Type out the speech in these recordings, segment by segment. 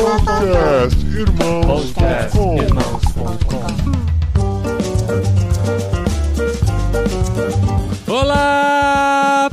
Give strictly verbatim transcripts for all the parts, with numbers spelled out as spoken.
Podcast Irmãos ponto com. Olá,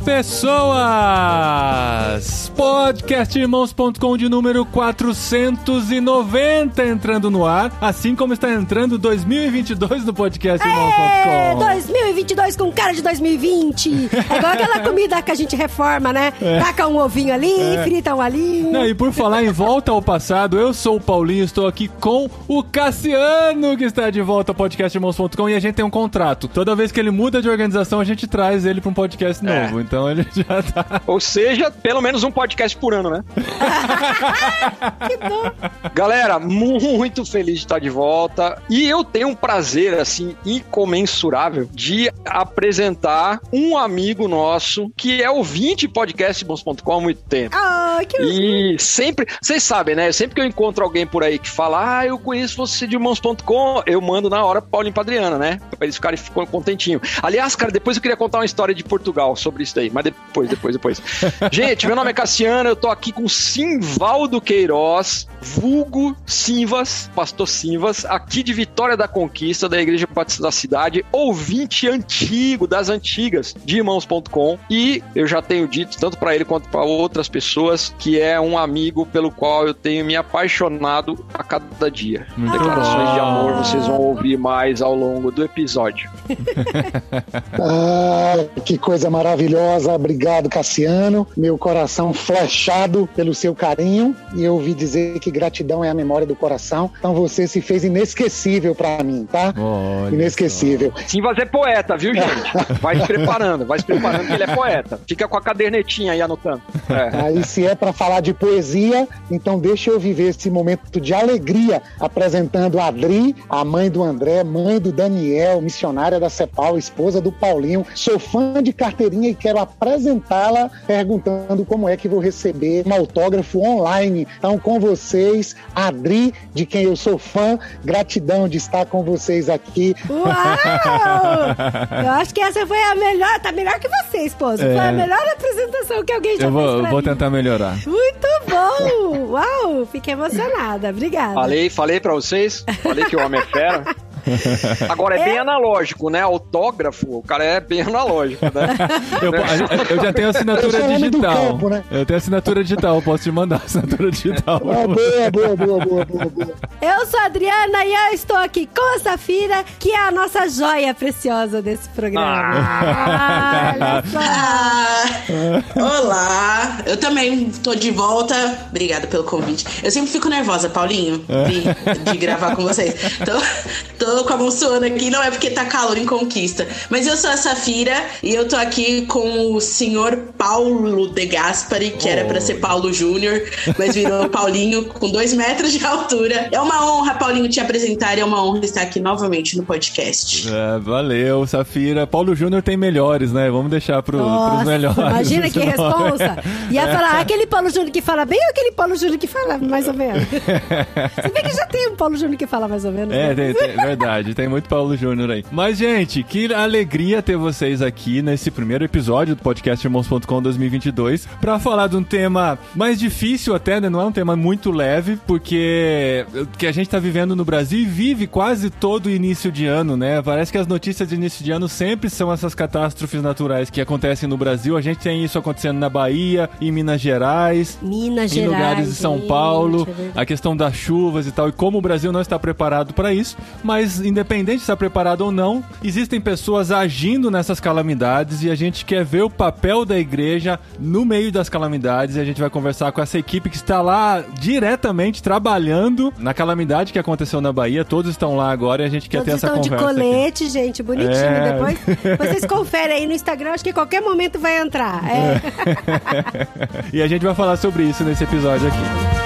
pessoas! Podcast Irmãos ponto com de número quatrocentos e noventa entrando no ar, assim como está entrando dois mil e vinte e dois no Podcast Irmãos ponto com. dois mil e vinte e dois com cara de dois mil e vinte. É igual aquela comida que a gente reforma, né? É. Taca um ovinho ali, é. frita um ali. Não, e por falar em volta ao passado, eu sou o Paulinho, estou aqui com o Cassiano, que está de volta ao Podcast Irmãos ponto com, e a gente tem um contrato. Toda vez que ele muda de organização, a gente traz ele para um podcast novo. É. Então ele já tá... Ou seja, pelo menos um podcast por ano, né? Que bom. Galera, muito feliz de estar de volta. E eu tenho um prazer, assim, incomensurável de apresentar um amigo nosso que é ouvinte de podcast Irmãos ponto com há muito tempo. Ah, que E sempre, vocês sabem, né? Sempre que eu encontro alguém por aí que fala, ah, eu conheço você de Irmãos ponto com, eu mando na hora pro Paulinho e pra Adriana, né? Pra eles ficarem contentinhos. Aliás, cara, depois eu queria contar uma história de Portugal sobre isso daí, mas depois, depois, depois. Gente, meu nome é Cassiano, eu tô aqui com Simvaldo Queiroz, vulgo Simvas, pastor Simvas, aqui de Vitória da Conquista, da Igreja Batista da Cidade, ouvinte antigo, das antigas, de Irmãos ponto com, e eu já tenho dito, tanto pra ele quanto pra outras pessoas, que é um amigo pelo qual eu tenho me apaixonado a cada dia. Muito Declarações bom. de amor vocês vão ouvir mais ao longo do episódio. Ah, que coisa maravilhosa. Obrigado, Cassiano. Meu coração flechado pelo seu carinho, e eu ouvi dizer que gratidão é a memória do coração. Então você se fez inesquecível pra mim, tá? Olha inesquecível. Sim, você é poeta, viu, gente? Vai se preparando, vai se preparando que ele é poeta. Fica com a cadernetinha aí anotando. É. Aí se é pra falar de poesia, então deixa eu viver esse momento de alegria apresentando a Adri, a mãe do André, mãe do Daniel, missionária da CEPAL, esposa do Paulinho. Sou fã de carteirinha e quero apresentá-la perguntando como é que vou receber um autógrafo online. Então, com vocês, Adri, de quem eu sou fã, gratidão de estar com vocês aqui. Uau! Eu acho que essa foi a melhor, tá melhor que você, esposa. É. Foi a melhor apresentação que alguém já eu fez vou, pra vou mim. tentar melhorar. Muito bom! Uau! Fiquei emocionada. Obrigada. Falei, falei pra vocês, falei que o homem é fera. Agora, é, é bem analógico, né? Autógrafo, o cara é bem analógico, né? Eu, eu já tenho assinatura digital. Campo, né? Eu tenho assinatura digital, eu posso te mandar assinatura digital. Ah, boa, boa, boa, boa, boa, boa. Eu sou a Adriana e eu estou aqui com a Safira, que é a nossa joia preciosa desse programa. Ah, olha só. Ah, olá, eu também tô de volta. Obrigada pelo convite. Eu sempre fico nervosa, Paulinho, de, de gravar com vocês. Tô, tô com a mão suando aqui, não é porque tá calor em Conquista. Mas eu sou a Safira e eu tô aqui com o senhor Paulo De Gaspari, que oh. era pra ser Paulo Júnior, mas virou Paulinho com dois metros de altura. É uma honra, Paulinho, te apresentar, é uma honra estar aqui novamente no podcast. É, valeu, Safira. Paulo Júnior tem melhores, né? Vamos deixar pro, Nossa, pros melhores. Imagina que responsa. Ia falar aquele Paulo Júnior que fala bem ou aquele Paulo Júnior que fala mais ou menos? Você vê que já tem um Paulo Júnior que fala mais ou menos. É, né? tem, tem, verdade. Tem muito Paulo Júnior aí. Mas, gente, que alegria ter vocês aqui nesse primeiro episódio do podcast Irmãos ponto com dois mil e vinte e dois pra falar de um tema mais difícil até, né? Não é um tema muito leve, porque o que a gente tá vivendo no Brasil e vive quase todo início de ano, né? Parece que as notícias de início de ano sempre são essas catástrofes naturais que acontecem no Brasil. A gente tem isso acontecendo na Bahia, em Minas Gerais, Minas em Gerais, lugares de São gente, Paulo, é a questão das chuvas e tal, e como o Brasil não está preparado para isso, mas independente de estar preparado ou não, existem pessoas agindo nessas calamidades e a gente quer ver o papel da igreja no meio das calamidades, e a gente vai conversar com essa equipe que está lá diretamente trabalhando na calamidade que aconteceu na Bahia. Todos estão lá agora e a gente quer Todos ter essa estão conversa de colete, aqui. gente, bonitinho. É. Depois vocês conferem aí no Instagram, acho que a qualquer momento vai entrar. É. E a gente vai falar sobre isso nesse episódio aqui.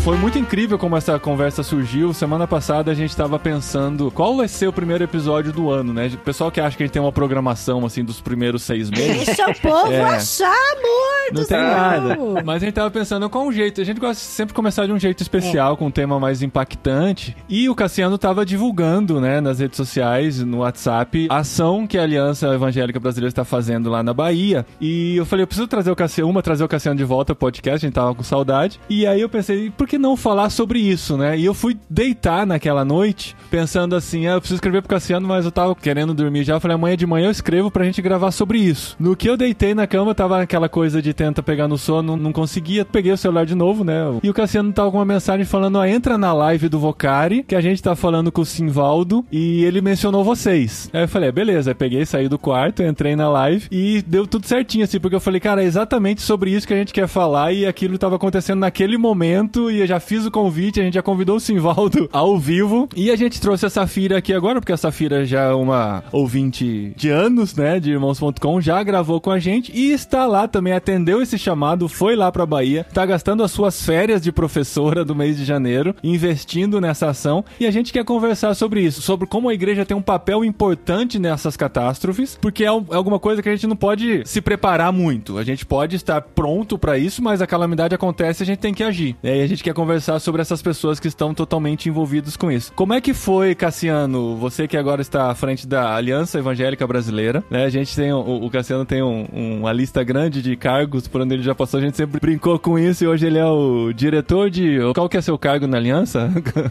Foi muito incrível como essa conversa surgiu. Semana passada a gente tava pensando qual vai ser o primeiro episódio do ano, né? O pessoal que acha que a gente tem uma programação, assim, dos primeiros seis meses. Deixa o povo É. achar, amor Não do tem céu. nada. Mas a gente tava pensando qual um jeito. A gente gosta de sempre começar de um jeito especial, com um tema mais impactante. E o Cassiano tava divulgando, né, nas redes sociais, no WhatsApp, a ação que a Aliança Evangélica Brasileira está fazendo lá na Bahia. E eu falei, eu preciso trazer o Cassiano, uma, trazer o Cassiano de volta ao podcast, a gente tava com saudade. E aí eu pensei, por que não falar sobre isso, né? E eu fui deitar naquela noite, pensando assim, ah, eu preciso escrever pro Cassiano, mas eu tava querendo dormir já. Eu falei, amanhã de manhã eu escrevo pra gente gravar sobre isso. No que eu deitei na cama, tava aquela coisa de tenta pegar no sono, não conseguia. Peguei o celular de novo, né? E o Cassiano tava com uma mensagem falando, ó, entra na live do Vocari, que a gente tá falando com o Simvaldo, e ele mencionou vocês. Aí eu falei, beleza. Aí peguei, saí do quarto, entrei na live, e deu tudo certinho, assim, porque eu falei, cara, é exatamente sobre isso que a gente quer falar, e aquilo tava acontecendo naquele momento, e eu já fiz o convite, a gente já convidou o Simvaldo ao vivo, e a gente trouxe a Safira aqui agora, porque a Safira já é uma ouvinte de anos, né, de Irmãos ponto com, já gravou com a gente, e está lá também, atendeu esse chamado, foi lá pra Bahia, tá gastando as suas férias de professora do mês de janeiro, investindo nessa ação, e a gente quer conversar sobre isso, sobre como a igreja tem um papel importante nessas catástrofes, porque é, um, é alguma coisa que a gente não pode se preparar muito, a gente pode estar pronto pra isso, mas a calamidade acontece e a gente tem que agir, e aí a gente quer conversar sobre essas pessoas que estão totalmente envolvidas com isso. Como é que foi, Cassiano, você que agora está à frente da Aliança Evangélica Brasileira, né? A gente tem, o, o Cassiano tem um, um, uma lista grande de cargos por onde ele já passou, a gente sempre brincou com isso e hoje ele é o diretor de... Qual que é seu cargo na Aliança?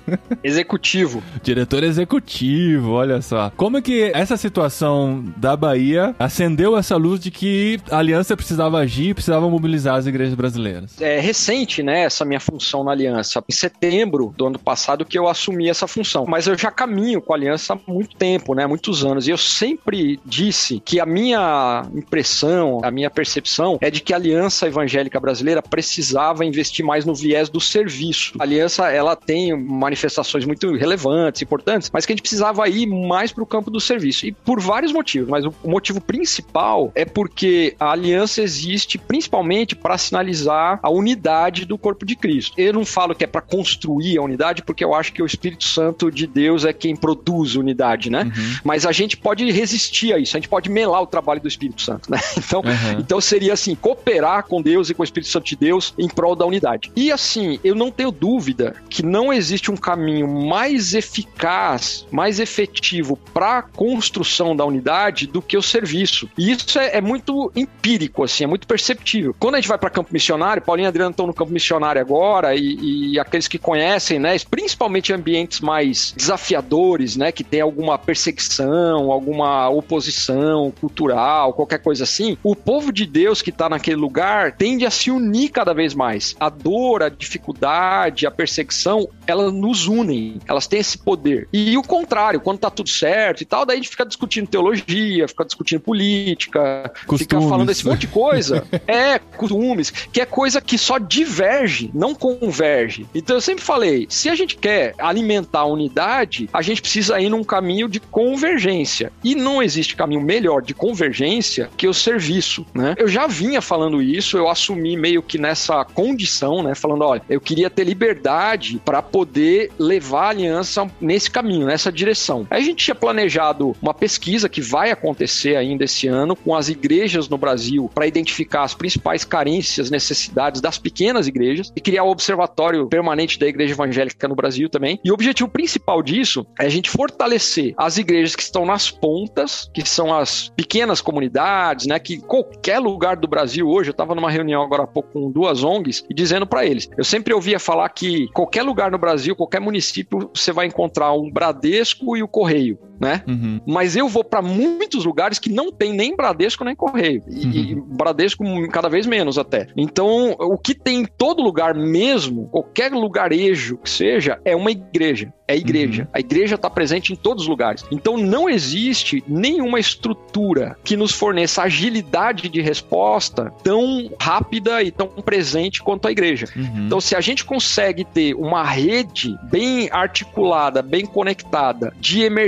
Executivo. Diretor executivo, olha só. Como é que essa situação da Bahia acendeu essa luz de que a Aliança precisava agir, precisava mobilizar as igrejas brasileiras? É recente, né, essa minha função na Aliança. Em setembro do ano passado que eu assumi essa função. Mas eu já caminho com a Aliança há muito tempo, né, muitos anos. E eu sempre disse que a minha impressão, a minha percepção é de que a Aliança Evangélica Brasileira precisava investir mais no viés do serviço. A Aliança, ela tem manifestações muito relevantes, importantes, mas que a gente precisava ir mais para o campo do serviço. E por vários motivos, mas o motivo principal é porque a Aliança existe principalmente para sinalizar a unidade do corpo de Cristo. Eu não falo que é para construir a unidade, porque eu acho que o Espírito Santo de Deus é quem produz unidade, né? Uhum. Mas a gente pode resistir a isso, a gente pode melar o trabalho do Espírito Santo, né? Então, uhum. então seria assim, cooperar com Deus e com o Espírito Santo de Deus em prol da unidade. E assim, eu não tenho dúvida que não existe um caminho mais eficaz, mais efetivo para a construção da unidade do que o serviço. E isso é, é muito empírico, assim, é muito perceptível. Quando a gente vai para campo missionário, Paulinho e Adriano estão no campo missionário agora, e, e aqueles que conhecem, né, principalmente ambientes mais desafiadores, né, que tem alguma perseguição, alguma oposição cultural, qualquer coisa assim, o povo de Deus que está naquele lugar tende a se unir cada vez mais. A dor, a dificuldade, a perseguição, elas nos unem, elas têm esse poder. E o contrário, quando tá tudo certo e tal, daí a gente fica discutindo teologia, fica discutindo política, costumes. Fica falando esse monte de coisa. É, costumes, que é coisa que só diverge, não converge. Então eu sempre falei, se a gente quer alimentar a unidade, a gente precisa ir num caminho de convergência. E não existe caminho melhor de convergência que o serviço, né? Eu já vinha falando isso, eu assumi meio que nessa condição, né? Falando, olha, eu queria ter liberdade para poder levar a aliança nesse caminho, nessa direção. Aí a gente tinha planejado uma pesquisa que vai acontecer ainda esse ano com as igrejas no Brasil para identificar as principais carências, necessidades das pequenas igrejas e criar o observatório permanente da igreja evangélica no Brasil também. E o objetivo principal disso é a gente fortalecer as igrejas que estão nas pontas, que são as pequenas comunidades, né, que qualquer lugar do Brasil hoje, eu estava numa reunião agora há pouco com duas O N Gs e dizendo para eles, eu sempre ouvia falar que qualquer lugar no Brasil, qualquer município, você vai encontrar um Bradesco e o Correio, né? Uhum. Mas eu vou para muitos lugares que não tem nem Bradesco nem Correio. E, uhum. e Bradesco cada vez menos até. Então, o que tem em todo lugar mesmo, qualquer lugarejo que seja, é uma igreja. É a igreja. Uhum. A igreja está presente em todos os lugares. Então, não existe nenhuma estrutura que nos forneça agilidade de resposta tão rápida e tão presente quanto a igreja. Uhum. Então, se a gente consegue ter uma rede bem articulada, bem conectada, de emergência,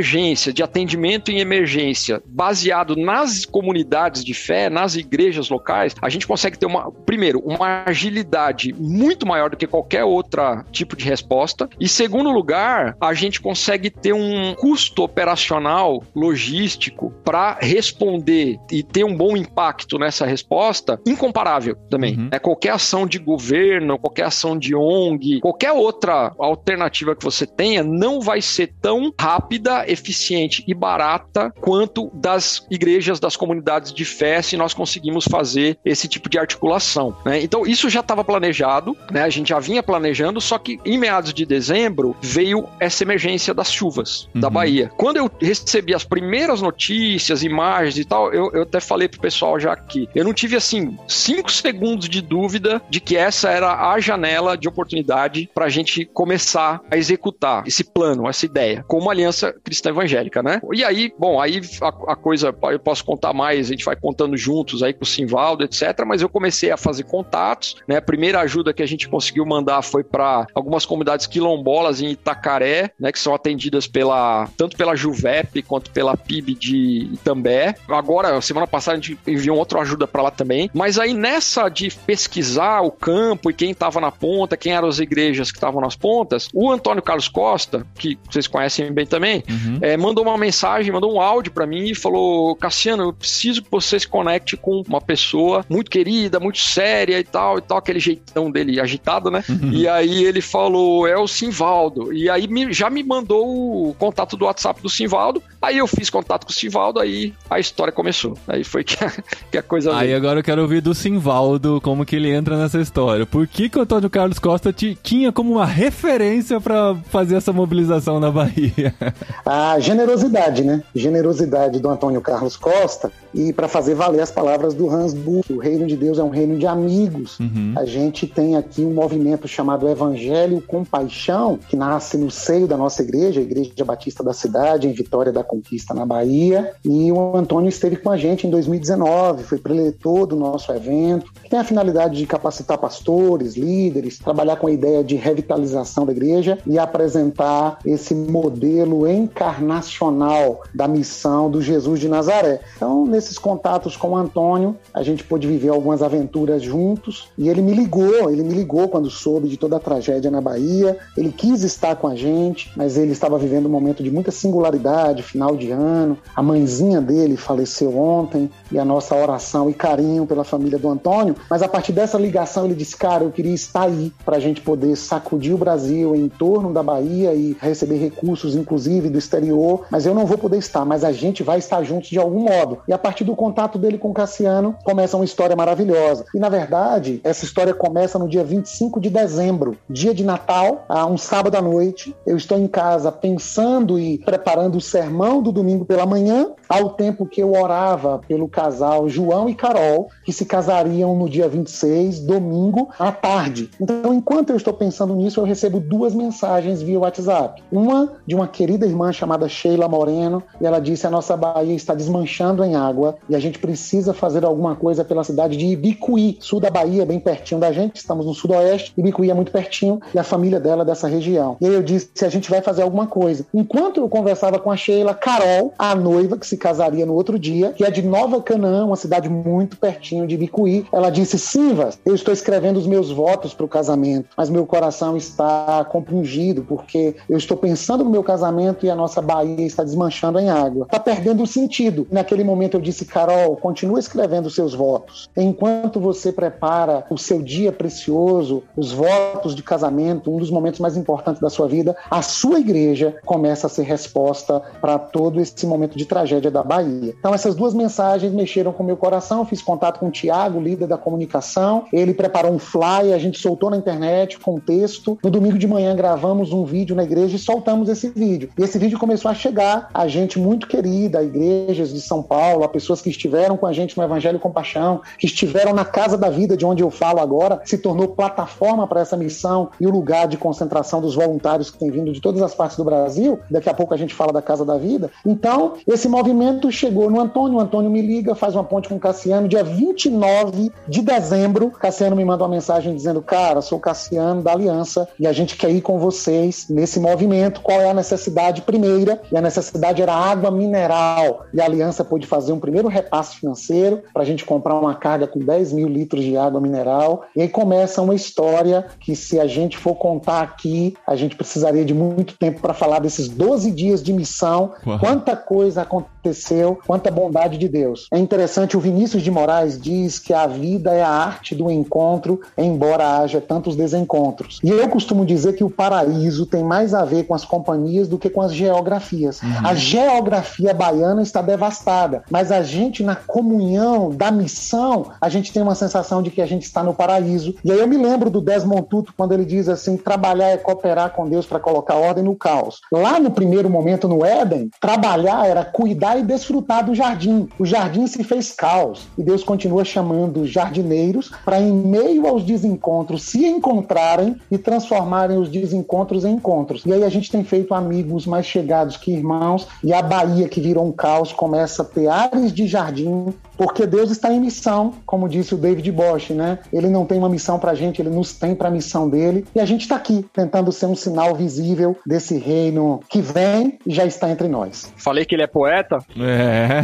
emergência, de atendimento em emergência, baseado nas comunidades de fé, nas igrejas locais, a gente consegue ter uma, primeiro, uma agilidade muito maior do que qualquer outro tipo de resposta. E segundo lugar, a gente consegue ter um custo operacional, logístico, para responder e ter um bom impacto nessa resposta incomparável também. Uhum. É, qualquer ação de governo, qualquer ação de O N G, qualquer outra alternativa que você tenha, não vai ser tão rápida, eficiente e barata quanto das igrejas, das comunidades de fé, se nós conseguimos fazer esse tipo de articulação, né? Então, isso já estava planejado, né? A gente já vinha planejando, só que em meados de dezembro veio essa emergência das chuvas uhum. da Bahia. Quando eu recebi as primeiras notícias, imagens e tal, eu, eu até falei pro pessoal já aqui, eu não tive, assim, cinco segundos de dúvida de que essa era a janela de oportunidade pra gente começar a executar esse plano, essa ideia, como Aliança Cristã Evangélica, né? E aí, bom, aí a, a coisa, eu posso contar mais, a gente vai contando juntos aí com o Simvaldo, etcétera, mas eu comecei a fazer contatos, né? A primeira ajuda que a gente conseguiu mandar foi para algumas comunidades quilombolas em Itacaré, né? Que são atendidas pela, tanto pela Juvep quanto pela P I B de Itambé. Agora, semana passada, a gente enviou outra ajuda para lá também, mas aí nessa de pesquisar o campo e quem estava na ponta, quem eram as igrejas que estavam nas pontas, o Antônio Carlos Costa, que vocês conhecem bem também, uhum. é, mandou uma mensagem, mandou um áudio para mim e falou: Cassiano, eu preciso que você se conecte com uma pessoa muito querida, muito séria e tal, e tal, aquele jeitão dele agitado, né? Uhum. E aí ele falou, é o Simvaldo. E aí me, já me mandou o contato do WhatsApp do Simvaldo. Aí eu fiz contato com o Simvaldo, aí a história começou. Aí foi que a, que a coisa Aí veio. Agora eu quero ouvir do Simvaldo como que ele entra nessa história. Por que que o Antônio Carlos Costa te, tinha como uma referência para fazer essa mobilização na Bahia? A generosidade, né? Generosidade do Antônio Carlos Costa, e para fazer valer as palavras do Hans Buch, o reino de Deus é um reino de amigos. Uhum. A gente tem aqui um movimento chamado Evangelho com Paixão, que nasce no seio da nossa igreja, a Igreja Batista da Cidade, em Vitória da Conquista, na Bahia, e o Antônio esteve com a gente em dois mil e dezenove, foi preletor do nosso evento, que tem a finalidade de capacitar pastores, líderes, trabalhar com a ideia de revitalização da igreja e apresentar esse modelo encarnacional da missão do Jesus de Nazaré. Então, nesses contatos com o Antônio, a gente pôde viver algumas aventuras juntos, e ele me ligou, ele me ligou quando soube de toda a tragédia na Bahia, ele quis estar com a gente, mas ele estava vivendo um momento de muita singularidade, final de ano, a mãezinha dele faleceu ontem, e a nossa oração e carinho pela família do Antônio, mas a partir dessa ligação ele disse, cara, eu queria estar aí para a gente poder sacudir o Brasil em torno da Bahia e receber recursos, inclusive do exterior, mas eu não vou poder estar, mas a gente vai estar juntos de algum modo. E a partir do contato dele com o Cassiano, começa uma história maravilhosa. E na verdade, essa história começa no dia vinte e cinco de dezembro, dia de Natal, um sábado à noite. Eu estou em casa pensando e preparando o sermão do domingo pela manhã, ao tempo que eu orava pelo casal João e Carol, que se casariam no dia vinte e seis, domingo, à tarde. Então, enquanto eu estou pensando nisso, eu recebo duas mensagens via WhatsApp. Uma de uma querida irmã chamada Sheila Moreno, e ela disse, a nossa Bahia está desmanchando em água e a gente precisa fazer alguma coisa pela cidade de Ibicuí, sul da Bahia, bem pertinho da gente, estamos no sudoeste, Ibicuí é muito pertinho, e a família dela é dessa região. E aí eu disse, a gente vai fazer alguma coisa. Enquanto eu conversava com a Sheila, Carol, a noiva que se casaria no outro dia, que é de Nova Canaã, uma cidade muito pertinho de Ibicuí, ela disse, Silvas, eu estou escrevendo os meus votos para o casamento, mas meu coração está compungido, porque eu estou pensando no meu casamento e a nossa Bahia está desmanchando em água. Está perdendo o sentido. Naquele momento eu disse, Carol, continua escrevendo os seus votos. Enquanto você prepara o seu dia precioso, os votos de casamento, um dos momentos mais importantes da sua vida, a sua igreja começa a ser resposta para todo esse momento de tragédia da Bahia. Então essas duas mensagens mexeram com o meu coração, fiz contato com o Tiago, líder da comunicação, ele preparou um flyer, a gente soltou na internet com texto. No domingo de manhã gravamos um vídeo na igreja e soltamos esse vídeo. E esse vídeo começou a chegar a gente muito querida, a igrejas de São Paulo, a pessoas que estiveram com a gente no Evangelho com Paixão, que estiveram na Casa da Vida, de onde eu falo agora, se tornou plataforma para essa missão e o lugar de concentração dos voluntários que têm vindo de todas as partes do Brasil. Daqui a pouco a gente fala da Casa da Vida. vida. Então, esse movimento chegou no Antônio, o Antônio me liga, faz uma ponte com o Cassiano, dia vinte e nove de dezembro, Cassiano me manda uma mensagem dizendo, cara, sou o Cassiano da Aliança e a gente quer ir com vocês nesse movimento, qual é a necessidade primeira? E a necessidade era água mineral, e a Aliança pôde fazer um primeiro repasse financeiro para a gente comprar uma carga com dez mil litros de água mineral, e aí começa uma história que, se a gente for contar aqui, a gente precisaria de muito tempo para falar desses doze dias de missão. Uau. Quanta coisa aconteceu, quanta bondade de Deus. É interessante, o Vinícius de Moraes diz que a vida é a arte do encontro, embora haja tantos desencontros. E eu costumo dizer que o paraíso tem mais a ver com as companhias do que com as geografias. Uhum. A geografia baiana está devastada, mas a gente, na comunhão da missão, a gente tem uma sensação de que a gente está no paraíso. E aí eu me lembro do Desmond Tutu, quando ele diz assim, trabalhar é cooperar com Deus para colocar ordem no caos. Lá no primeiro momento no Éden, trabalhar era cuidar e desfrutar do jardim. O jardim se fez caos, e Deus continua chamando os jardineiros para, em meio aos desencontros, se encontrarem e transformarem os desencontros em encontros. E aí a gente tem feito amigos mais chegados que irmãos, e a Bahia, que virou um caos, começa a ter ares de jardim, porque Deus está em missão, como disse o David Bosch, né? Ele não tem uma missão pra gente, ele nos tem pra missão dele, e a gente está aqui, tentando ser um sinal visível desse reino que vem e já está entre nós. Falei que ele é poeta? É.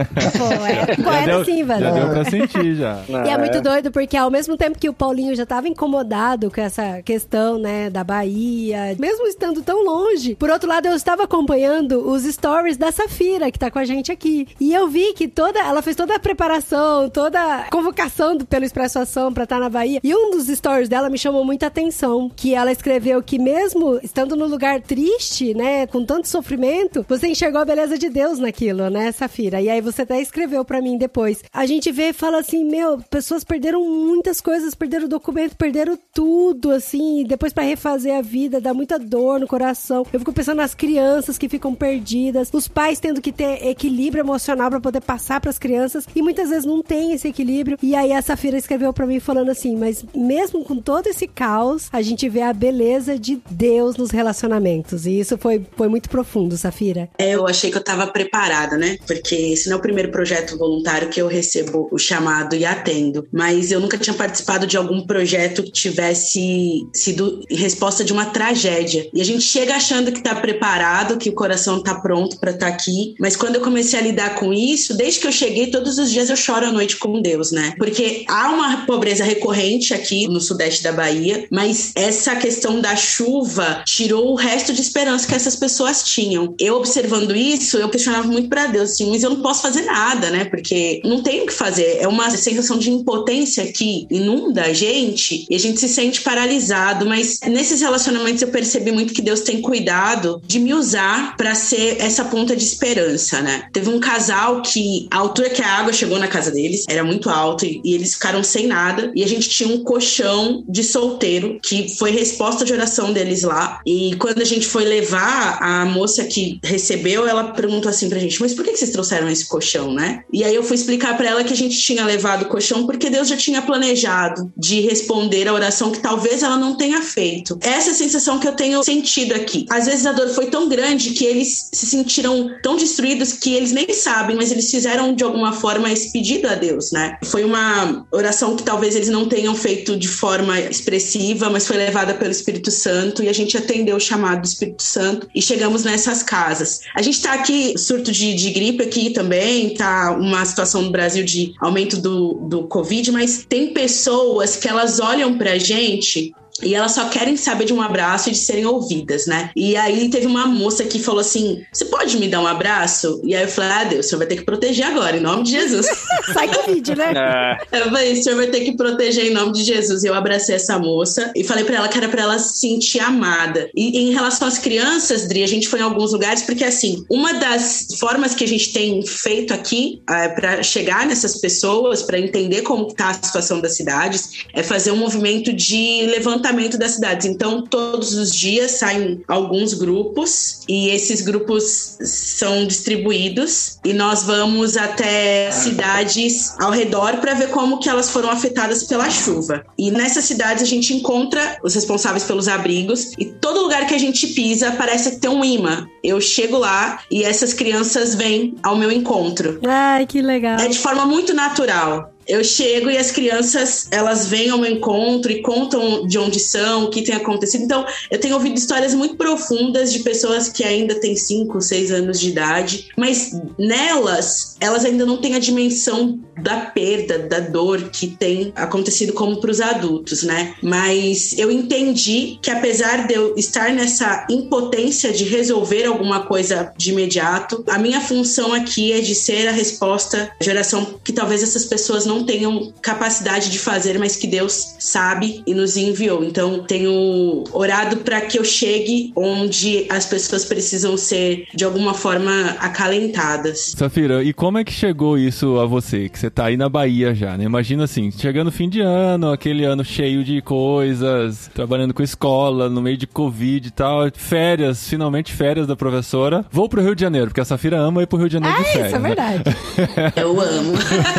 Poeta, poeta deu, sim, velho. Já deu pra sentir, já. E é muito doido, porque ao mesmo tempo que o Paulinho já estava incomodado com essa questão, né, da Bahia, mesmo estando tão longe, por outro lado, eu estava acompanhando os stories da Safira, que tá com a gente aqui. E eu vi que toda, ela fez toda a preparação, toda a convocação do, pelo Expresso Ação pra estar na Bahia. E um dos stories dela me chamou muita atenção, que ela escreveu que mesmo estando num lugar triste, né, com tanto sofrimento, você enxergou a beleza de Deus naquilo, né, Safira? E aí você até escreveu pra mim depois. A gente vê e fala assim, meu, pessoas perderam muitas coisas, perderam o documento, perderam tudo, assim, e depois pra refazer a vida, dá muita dor no coração. Eu fico pensando nas crianças que ficam perdidas, os pais tendo que ter equilíbrio emocional pra poder passar pras crianças, e muitas vezes não tem esse equilíbrio. E aí a Safira escreveu pra mim falando assim, mas mesmo com todo esse caos, a gente vê a beleza de Deus nos relacionamentos. E isso foi, foi muito profundo, Safira. É, eu achei que eu tava preparada, né? Porque esse não é o primeiro projeto voluntário que eu recebo o chamado e atendo. Mas eu nunca tinha participado de algum projeto que tivesse sido resposta de uma tragédia. E a gente chega achando que tá preparado, que o coração tá pronto pra estar aqui. Mas quando eu comecei a lidar com isso, desde que eu cheguei, todos os dias eu choro à noite com Deus, né? Porque há uma pobreza recorrente aqui no sudeste da Bahia, mas essa questão da chuva tirou o resto de esperança que essas pessoas tinham. Eu observando isso, eu questionava muito pra Deus, assim, mas eu não posso fazer nada, né? Porque não tem o que fazer. É uma sensação de impotência que inunda a gente e a gente se sente paralisado, mas nesses relacionamentos eu percebi muito que Deus tem cuidado de me usar pra ser essa ponta de esperança, né? Teve um casal que a altura que a água chegou na casa deles era muito alta e, e eles ficaram sem nada, e a gente tinha um colchão de solteiro que foi resposta de oração deles lá. E quando a gente foi levar, a moça que recebeu, ela perguntou assim pra gente, mas por que vocês trouxeram esse colchão, né? E aí eu fui explicar pra ela que a gente tinha levado o colchão porque Deus já tinha planejado de responder a oração que talvez ela não tenha feito. Essa é a sensação que eu tenho sentido aqui. Às vezes a dor foi tão grande que eles se sentiram tão destruídos que eles nem sabem, mas eles fizeram de alguma forma esse pedido a Deus, né? Foi uma oração que talvez eles não tenham feito de forma expressiva, mas foi levada pelo Espírito Santo, e a gente atendeu o chamado do Espírito Santo e chegamos nessas casas. A gente tá aqui, surto de, de gripe aqui também, tá uma situação no Brasil de aumento do, do Covid, mas tem pessoas que elas olham pra gente e elas só querem saber de um abraço e de serem ouvidas, né? E aí teve uma moça que falou assim, você pode me dar um abraço? E aí eu falei, ah, Deus, o senhor vai ter que proteger agora, em nome de Jesus. Sai Covid, né? É. Eu falei, o senhor vai ter que proteger em nome de Jesus. E eu abracei essa moça e falei pra ela que era pra ela se sentir amada. E em relação às crianças, Dri, a gente foi em alguns lugares, porque assim, uma das formas que a gente tem feito aqui é, pra chegar nessas pessoas, pra entender como tá a situação das cidades, é fazer um movimento de levantamento deslocamento das cidades. Então, todos os dias saem alguns grupos e esses grupos são distribuídos e nós vamos até cidades ao redor para ver como que elas foram afetadas pela chuva. E nessas cidades a gente encontra os responsáveis pelos abrigos e todo lugar que a gente pisa parece ter um imã. Eu chego lá e essas crianças vêm ao meu encontro. Ai, que legal. É de forma muito natural. Eu chego e as crianças, elas vêm ao meu encontro e contam de onde são, o que tem acontecido. Então, eu tenho ouvido histórias muito profundas de pessoas que ainda têm cinco, seis anos de idade, mas nelas, elas ainda não têm a dimensão da perda, da dor que tem acontecido como para os adultos, né? Mas eu entendi que apesar de eu estar nessa impotência de resolver alguma coisa de imediato, a minha função aqui é de ser a resposta, a geração que talvez essas pessoas não tenham capacidade de fazer, mas que Deus sabe e nos enviou. Então, tenho orado para que eu chegue onde as pessoas precisam ser, de alguma forma, acalentadas. Safira, e como é que chegou isso a você? Que você tá aí na Bahia já, né? Imagina assim, chegando fim de ano, aquele ano cheio de coisas, trabalhando com escola, no meio de Covid e tal, férias, finalmente férias da professora. Vou pro Rio de Janeiro, porque a Safira ama ir pro Rio de Janeiro ah, de férias. Isso é verdade. Né? Eu amo.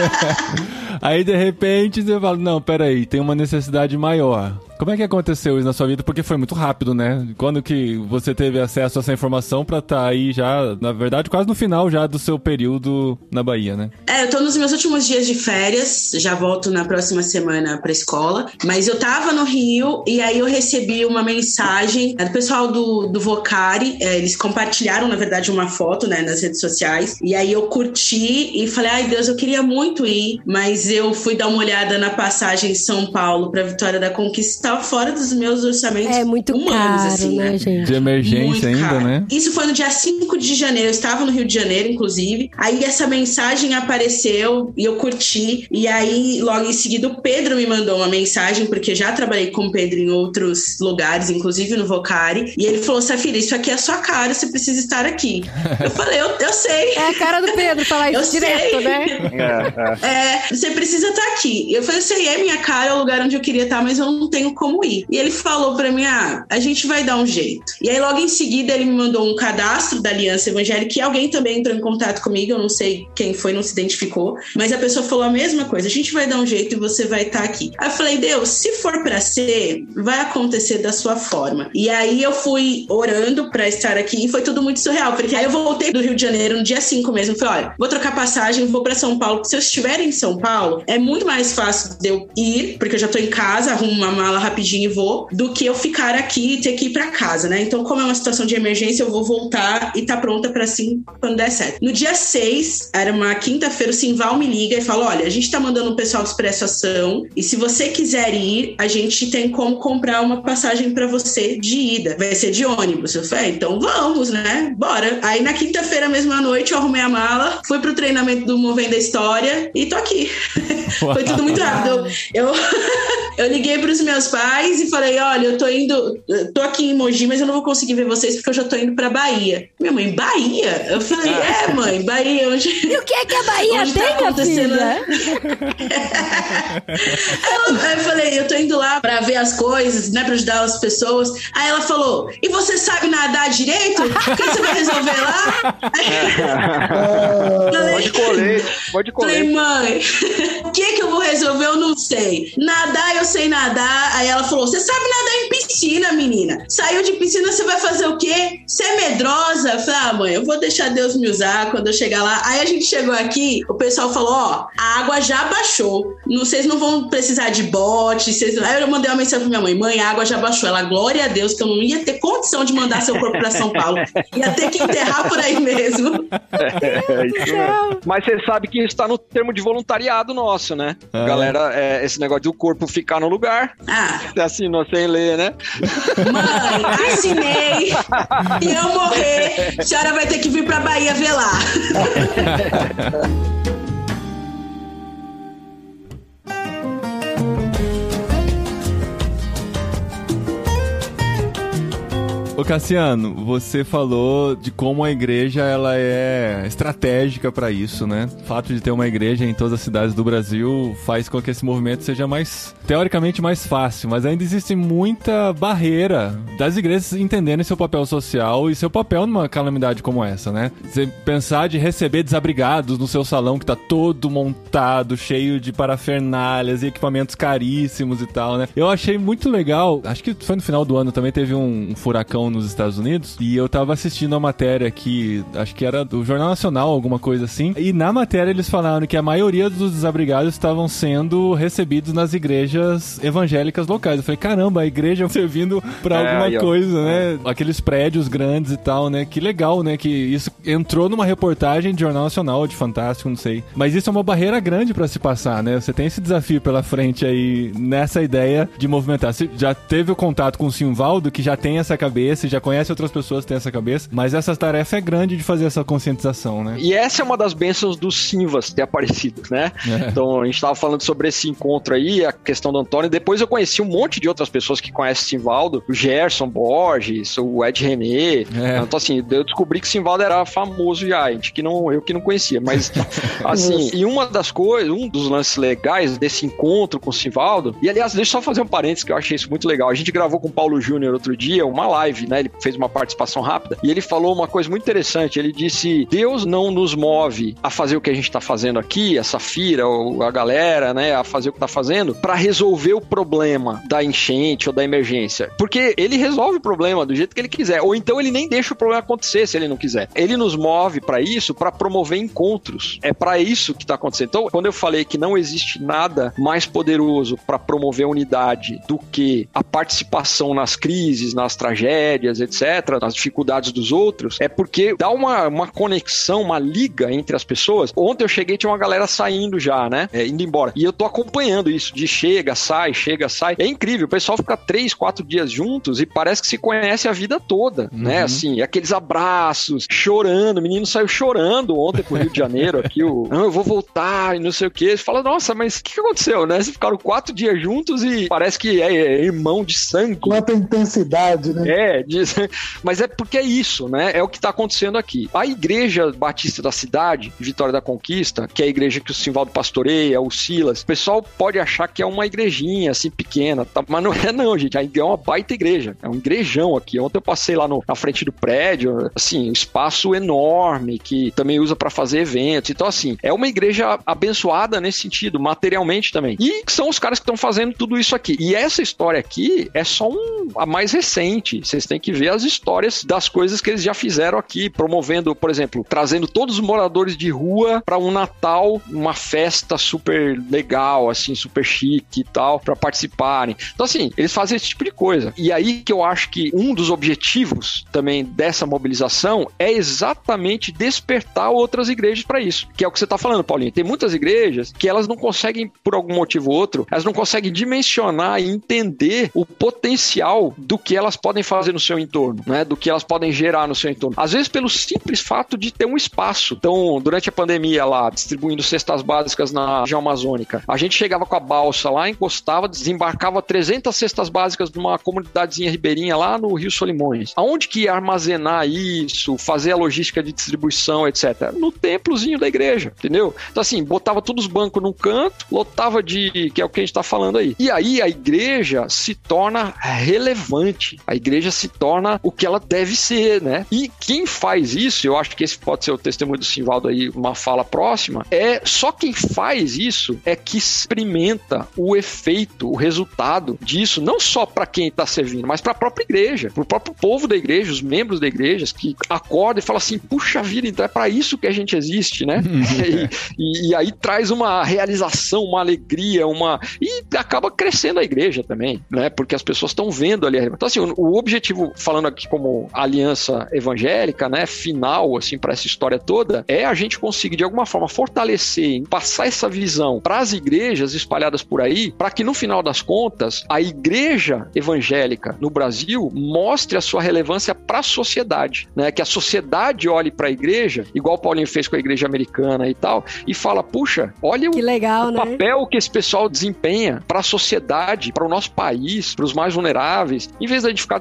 Aí, de repente, você fala, não, peraí, tem uma necessidade maior. Como é que aconteceu isso na sua vida? Porque foi muito rápido, né? Quando que você teve acesso a essa informação pra estar tá aí já, na verdade, quase no final já do seu período na Bahia, né? É, eu tô nos meus últimos dias de férias, já volto na próxima semana pra escola, mas eu tava no Rio e aí eu recebi uma mensagem do pessoal do, do Vocari, é, eles compartilharam, na verdade, uma foto, né, nas redes sociais, e aí eu curti e falei, ai Deus, eu queria muito ir, mas eu fui dar uma olhada na passagem São Paulo pra Vitória da Conquista, fora dos meus orçamentos é muito humanos, caro, assim, né, gente? De emergência muito ainda, caro. Né? Isso foi no dia cinco de janeiro, eu estava no Rio de Janeiro, inclusive. Aí essa mensagem apareceu e eu curti. E aí, logo em seguida, o Pedro me mandou uma mensagem, porque eu já trabalhei com o Pedro em outros lugares, inclusive no Vocari. E ele falou, Safira, isso aqui é a sua cara, você precisa estar aqui. Eu falei, eu, eu sei. É a cara do Pedro falar isso eu direto, sei. né? É, é, você precisa estar aqui. Eu falei, eu sei, é minha cara, é o lugar onde eu queria estar, mas eu não tenho como ir. E ele falou pra mim, ah, a gente vai dar um jeito. E aí logo em seguida ele me mandou um cadastro da Aliança Evangélica, que alguém também entrou em contato comigo, eu não sei quem foi, não se identificou, mas a pessoa falou a mesma coisa, a gente vai dar um jeito e você vai estar aqui. Aí eu falei, Deus, se for pra ser, vai acontecer da sua forma. E aí eu fui orando pra estar aqui e foi tudo muito surreal, porque aí eu voltei do Rio de Janeiro no dia cinco mesmo, falei, olha, vou trocar passagem, vou pra São Paulo, porque se eu estiver em São Paulo, é muito mais fácil de eu ir, porque eu já tô em casa, arrumo uma mala rapidinho e vou, do que eu ficar aqui e ter que ir pra casa, né? Então, como é uma situação de emergência, eu vou voltar e tá pronta pra assim, quando der certo. No dia seis, era uma quinta-feira, o Simval me liga e fala, olha, a gente tá mandando um pessoal do Expresso Ação e se você quiser ir, a gente tem como comprar uma passagem pra você de ida. Vai ser de ônibus. Eu falei, então vamos, né? Bora. Aí, na quinta-feira, mesma noite, eu arrumei a mala, fui pro treinamento do Movendo a História e tô aqui. Foi tudo muito rápido. Eu, eu, eu liguei pros meus pais e falei, olha, eu tô indo, tô aqui em Mogi, mas eu não vou conseguir ver vocês porque eu já tô indo pra Bahia. Minha mãe, Bahia? Eu falei, é, mãe, Bahia. Onde... E o que é que a Bahia tem, tá acontecendo? Filha? Eu falei, eu tô indo lá pra ver as coisas, né, pra ajudar as pessoas. Aí ela falou, e você sabe nadar direito? O que você vai resolver lá? Falei, pode colher, pode colher. Falei, mãe, o que que eu vou resolver? Eu não sei. Nadar, eu sei nadar. Aí ela falou, você sabe nadar em piscina, menina. Saiu de piscina, você vai fazer o quê? Você é medrosa? Eu falei, ah, mãe, eu vou deixar Deus me usar quando eu chegar lá. Aí a gente chegou aqui, o pessoal falou, ó, a água já baixou. Vocês não vão precisar de bote. Vocês... Aí eu mandei uma mensagem pra minha mãe, mãe, a água já baixou. Ela, glória a Deus, que eu não ia ter condição de mandar seu corpo pra São Paulo. Ia ter que enterrar por aí mesmo. É, isso é. Mas você sabe que isso tá no termo de voluntariado nosso, né? Ah. Galera, é, esse negócio do corpo ficar no lugar. Ah. Você assinou sem ler, né? Mãe, assinei. E eu morrer, a senhora vai ter que vir pra Bahia ver lá. Ô Ô Cassiano, você falou de como a igreja ela é estratégica para isso, né? O fato de ter uma igreja em todas as cidades do Brasil faz com que esse movimento seja mais, teoricamente, mais fácil, mas ainda existe muita barreira das igrejas entenderem seu papel social e seu papel numa calamidade como essa, né? Você pensar de receber desabrigados no seu salão que tá todo montado, cheio de parafernálias e equipamentos caríssimos e tal, né? Eu achei muito legal, acho que foi no final do ano também, teve um, um furacão nos Estados Unidos, e eu tava assistindo a matéria aqui, acho que era do Jornal Nacional, alguma coisa assim, e na matéria eles falaram que a maioria dos desabrigados estavam sendo recebidos nas igrejas evangélicas locais. Eu falei, caramba, a igreja servindo pra é, alguma aí, coisa, né? Aqueles prédios grandes e tal, né? Que legal, né? Que isso entrou numa reportagem de Jornal Nacional, de Fantástico, não sei. Mas isso é uma barreira grande pra se passar, né? Você tem esse desafio pela frente aí, nessa ideia de movimentar. Você já teve o contato com o Simvaldo, que já tem essa cabeça, e já conhece outras pessoas que têm essa cabeça, mas essa tarefa é grande de fazer essa conscientização, né? E essa é uma das bênçãos dos Simvas ter aparecido, né? É. Então, a gente tava falando sobre esse encontro aí, a questão do Antônio, depois eu conheci um monte de outras pessoas que conhecem Simvaldo, o Gerson Borges, o Ed René, é. Então assim, eu descobri que Simvaldo era famoso já, gente, que não, eu que não conhecia, mas assim, e uma das coisas, um dos lances legais desse encontro com Simvaldo, e aliás, deixa eu só fazer um parênteses que eu achei isso muito legal, a gente gravou com o Paulo Júnior outro dia, uma live, né, ele fez uma participação rápida, e ele falou uma coisa muito interessante, ele disse, Deus não nos move a fazer o que a gente tá fazendo aqui, a Safira, a galera, né, a fazer o que tá fazendo, pra resolver o problema da enchente ou da emergência, porque ele resolve o problema do jeito que ele quiser, ou então ele nem deixa o problema acontecer se ele não quiser. Ele nos move pra isso, pra promover encontros. É pra isso que tá acontecendo. Então, quando eu falei que não existe nada mais poderoso pra promover unidade do que a participação nas crises, nas tragédias, etcétera, nas dificuldades dos outros, é porque dá uma, uma conexão, uma liga entre as pessoas. Ontem eu cheguei, tinha uma galera saindo já, né? É, indo embora. E eu tô acompanhando isso, de chega, sai, chega, sai. É incrível, o pessoal fica três, quatro dias juntos e parece que se conhece a vida toda, uhum. né? Assim, aqueles abraços, chorando, o menino saiu chorando ontem pro Rio de Janeiro, aqui, o, não, eu vou voltar e não sei o que. Você fala, nossa, mas o que, que aconteceu, né? Vocês ficaram quatro dias juntos e parece que é, é irmão de sangue. Quanta intensidade, né? É, diz, mas é porque é isso, né? É o que tá acontecendo aqui. A Igreja Batista da cidade, Vitória da Conquista, que é a igreja que o Simvaldo pastoreia, o Silas, o pessoal pode achar que é uma igrejinha, assim, pequena, tá? Mas não é não, gente. É uma baita igreja. É um igrejão aqui. Ontem eu passei lá no, na frente do prédio, assim, um espaço enorme, que também usa pra fazer eventos. Então, assim, é uma igreja abençoada nesse sentido, materialmente também. E são os caras que estão fazendo tudo isso aqui. E essa história aqui é só um, a mais recente. Vocês têm que ver as histórias das coisas que eles já fizeram aqui, promovendo, por exemplo, trazendo todos os moradores de rua pra um Natal, uma festa super legal, assim, super chique e tal, pra participarem. Então, assim, eles fazem esse tipo de coisa. E aí que eu acho que um dos objetivos também dessa mobilização é exatamente despertar outras igrejas para isso, que é o que você tá falando, Paulinho. Tem muitas igrejas que elas não conseguem, por algum motivo ou outro, elas não conseguem dimensionar e entender o potencial do que elas podem fazer no seu entorno, né? Do que elas podem gerar no seu entorno. Às vezes pelo simples fato de ter um espaço. Então, durante a pandemia lá, distribuindo cestas básicas na região amazônica, a gente chegava com a balsa lá, encostava, desembarcava trezentas cestas básicas numa comunidadezinha ribeirinha lá no Rio Solimões. Aonde que ia armazenar isso, fazer a logística de distribuição, etcétera? No templozinho da igreja, entendeu? Então assim, botava todos os bancos num canto, lotava de, que é o que a gente tá falando aí. E aí a igreja se torna relevante, a igreja se torna o que ela deve ser, né? E quem faz isso, eu acho que esse pode ser o testemunho do Simvaldo aí, uma fala próxima, é só quem faz isso é que experimenta o efeito, o resultado disso, não só para quem está servindo, mas para a própria igreja, para o próprio povo da igreja, os membros da igreja, que acordam e falam assim, puxa vida, então é para isso que a gente existe, né? e, e, e aí traz uma realização, uma alegria, uma... e acaba crescendo a igreja também, né? Porque as pessoas estão vendo ali. Então assim, o, o objetivo, falando aqui como aliança evangélica, né, final, assim, para essa história toda, é a gente conseguir de alguma forma fortalecer, passar essa visão para as igrejas espalhadas por aí, para que no final das contas, a igreja evangélica no Brasil mostre a sua relevância para a sociedade, né? Que a sociedade olhe para a igreja, igual o Paulinho fez com a igreja americana e tal, e fala, puxa, olha que o, legal, o né? papel que esse pessoal desempenha para a sociedade, para o nosso país, para os mais vulneráveis, em vez da gente ficar discutindo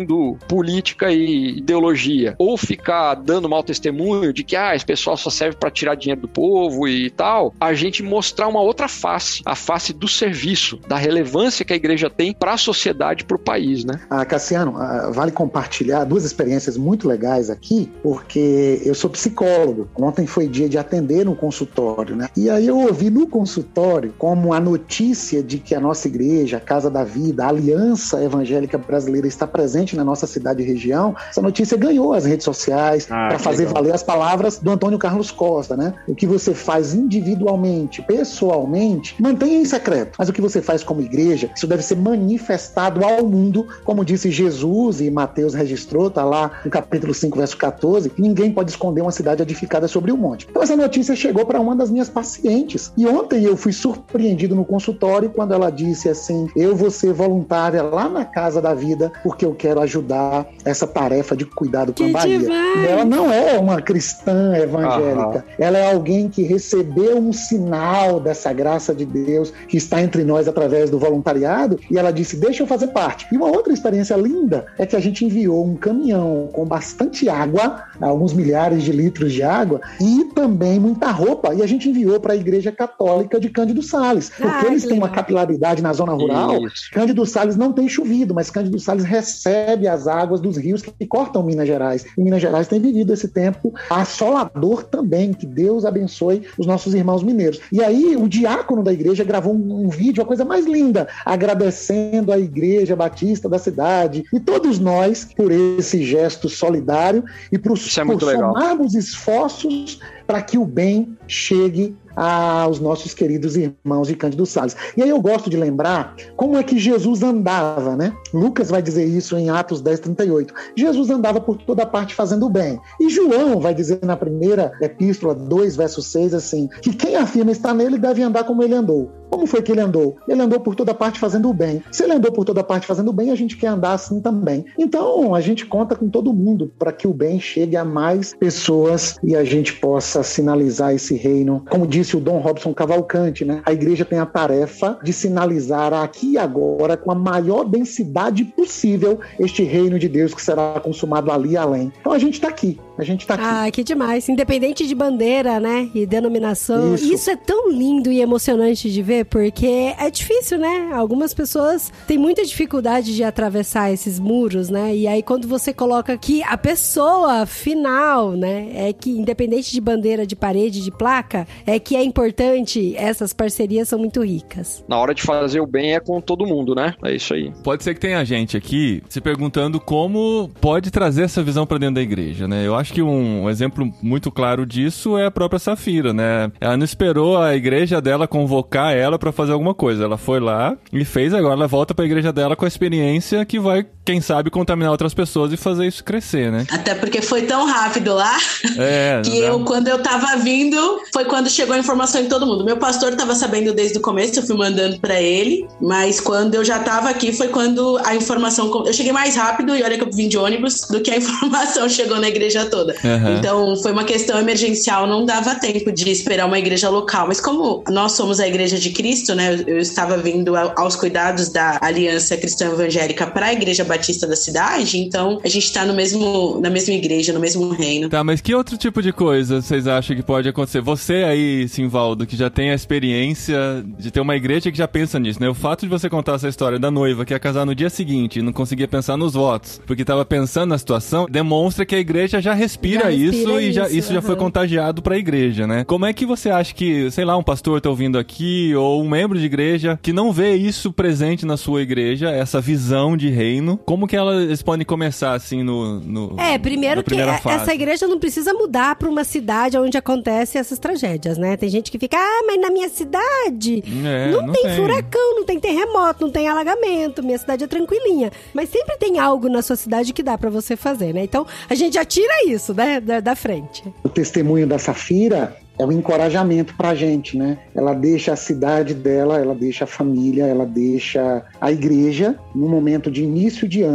discutindo política e ideologia, ou ficar dando mau testemunho de que ah, esse pessoal só serve para tirar dinheiro do povo e tal, a gente mostrar uma outra face, a face do serviço, da relevância que a igreja tem para a sociedade, para o país, né? Ah, Cassiano, ah, vale compartilhar duas experiências muito legais aqui, porque eu sou psicólogo. Ontem foi dia de atender no consultório, né? E aí eu ouvi no consultório como a notícia de que a nossa igreja, a Casa da Vida, a Aliança Evangélica Brasileira está presente na nossa cidade e região. Essa notícia ganhou as redes sociais ah, para fazer legal. valer as palavras do Antônio Carlos Costa, né? O que você faz individualmente, pessoalmente, mantenha em secreto. Mas o que você faz como igreja, isso deve ser manifestado ao mundo, como disse Jesus e Mateus registrou, tá lá no capítulo cinco, verso catorze, que ninguém pode esconder uma cidade edificada sobre o monte. Então essa notícia chegou para uma das minhas pacientes. E ontem eu fui surpreendido no consultório quando ela disse assim, eu vou ser voluntária lá na Casa da Vida porque eu quero ajudar essa tarefa de cuidado com a Bahia. E ela não é uma cristã evangélica. Ah. Ela é alguém que recebeu um sinal dessa graça de Deus que está entre nós através do voluntariado e ela disse, deixa eu fazer parte. E uma outra experiência linda é que a gente enviou um caminhão com bastante água, alguns milhares de litros de água e também muita roupa, e a gente enviou para a Igreja Católica de Cândido Sales, porque ah, eles têm uma capilaridade na zona rural. Isso. Cândido Sales não tem chovido, mas Cândido Sales recebe as águas dos rios que cortam Minas Gerais, e Minas Gerais tem vivido esse tempo assolador também, que Deus abençoe os nossos irmãos mineiros. E aí o diácono da igreja gravou um, um vídeo, a coisa mais linda, agradecendo a Igreja Batista da cidade e todos nós por esse gesto solidário e por, é por somarmos esforços para que o bem chegue aos nossos queridos irmãos de Cândido Sales. E aí eu gosto de lembrar como é que Jesus andava, né? Lucas vai dizer isso em Atos dez, trinta e oito. Jesus andava por toda parte fazendo o bem. E João vai dizer na primeira epístola, dois, verso seis, assim, que quem afirma estar nele deve andar como ele andou. Como foi que ele andou? Ele andou por toda parte fazendo o bem. Se ele andou por toda parte fazendo o bem, a gente quer andar assim também. Então, a gente conta com todo mundo para que o bem chegue a mais pessoas e a gente possa sinalizar esse reino. Como disse o Dom Robson Cavalcante, né? A igreja tem a tarefa de sinalizar aqui e agora, com a maior densidade possível, este reino de Deus que será consumado ali e além. Então, a gente está aqui. A gente tá aqui. Ah, que demais. Independente de bandeira, né? E denominação. Isso. Isso é tão lindo e emocionante de ver, porque é difícil, né? Algumas pessoas têm muita dificuldade de atravessar esses muros, né? E aí, quando você coloca que a pessoa final, né? É que, independente de bandeira, de parede, de placa, é que é importante, essas parcerias são muito ricas. Na hora de fazer o bem é com todo mundo, né? É isso aí. Pode ser que tenha gente aqui se perguntando como pode trazer essa visão pra dentro da igreja, né? Eu acho que um exemplo muito claro disso é a própria Safira, né? Ela não esperou a igreja dela convocar ela pra fazer alguma coisa. Ela foi lá e fez, agora ela volta pra igreja dela com a experiência que vai, quem sabe, contaminar outras pessoas e fazer isso crescer, né? Até porque foi tão rápido lá é, que eu, quando eu tava vindo, foi quando chegou a informação em todo mundo. Meu pastor tava sabendo desde o começo, eu fui mandando pra ele, mas quando eu já tava aqui foi quando a informação... Eu cheguei mais rápido e olha que eu vim de ônibus do que a informação chegou na igreja toda. Uhum. Então foi uma questão emergencial, não dava tempo de esperar uma igreja local, mas como nós somos a igreja de Cristo, né, eu, eu estava vindo aos cuidados da Aliança Cristã Evangélica para a Igreja Batista da cidade, então a gente está no mesmo, na mesma igreja, no mesmo reino. Tá, mas que outro tipo de coisa vocês acham que pode acontecer? Você aí, Simvaldo, que já tem a experiência de ter uma igreja que já pensa nisso, né? O fato de você contar essa história da noiva que ia casar no dia seguinte e não conseguia pensar nos votos, porque estava pensando na situação, demonstra que a igreja já respira, já respira isso, isso e já, isso uhum. já foi contagiado para a igreja, né? Como é que você acha que, sei lá, um pastor tá ouvindo aqui ou um membro de igreja que não vê isso presente na sua igreja, essa visão de reino, como que elas podem começar assim no, no É, primeiro que fase? Essa igreja não precisa mudar para uma cidade onde acontecem essas tragédias, né? Tem gente que fica, ah, mas na minha cidade é, não, não tem, tem furacão, não tem terremoto, não tem alagamento, minha cidade é tranquilinha. Mas sempre tem algo na sua cidade que dá para você fazer, né? Então, a gente já tira isso, né, da, da frente. O testemunho da Safira é um encorajamento pra gente, né? Ela deixa a cidade dela, ela deixa a família, ela deixa a igreja num momento de início de ano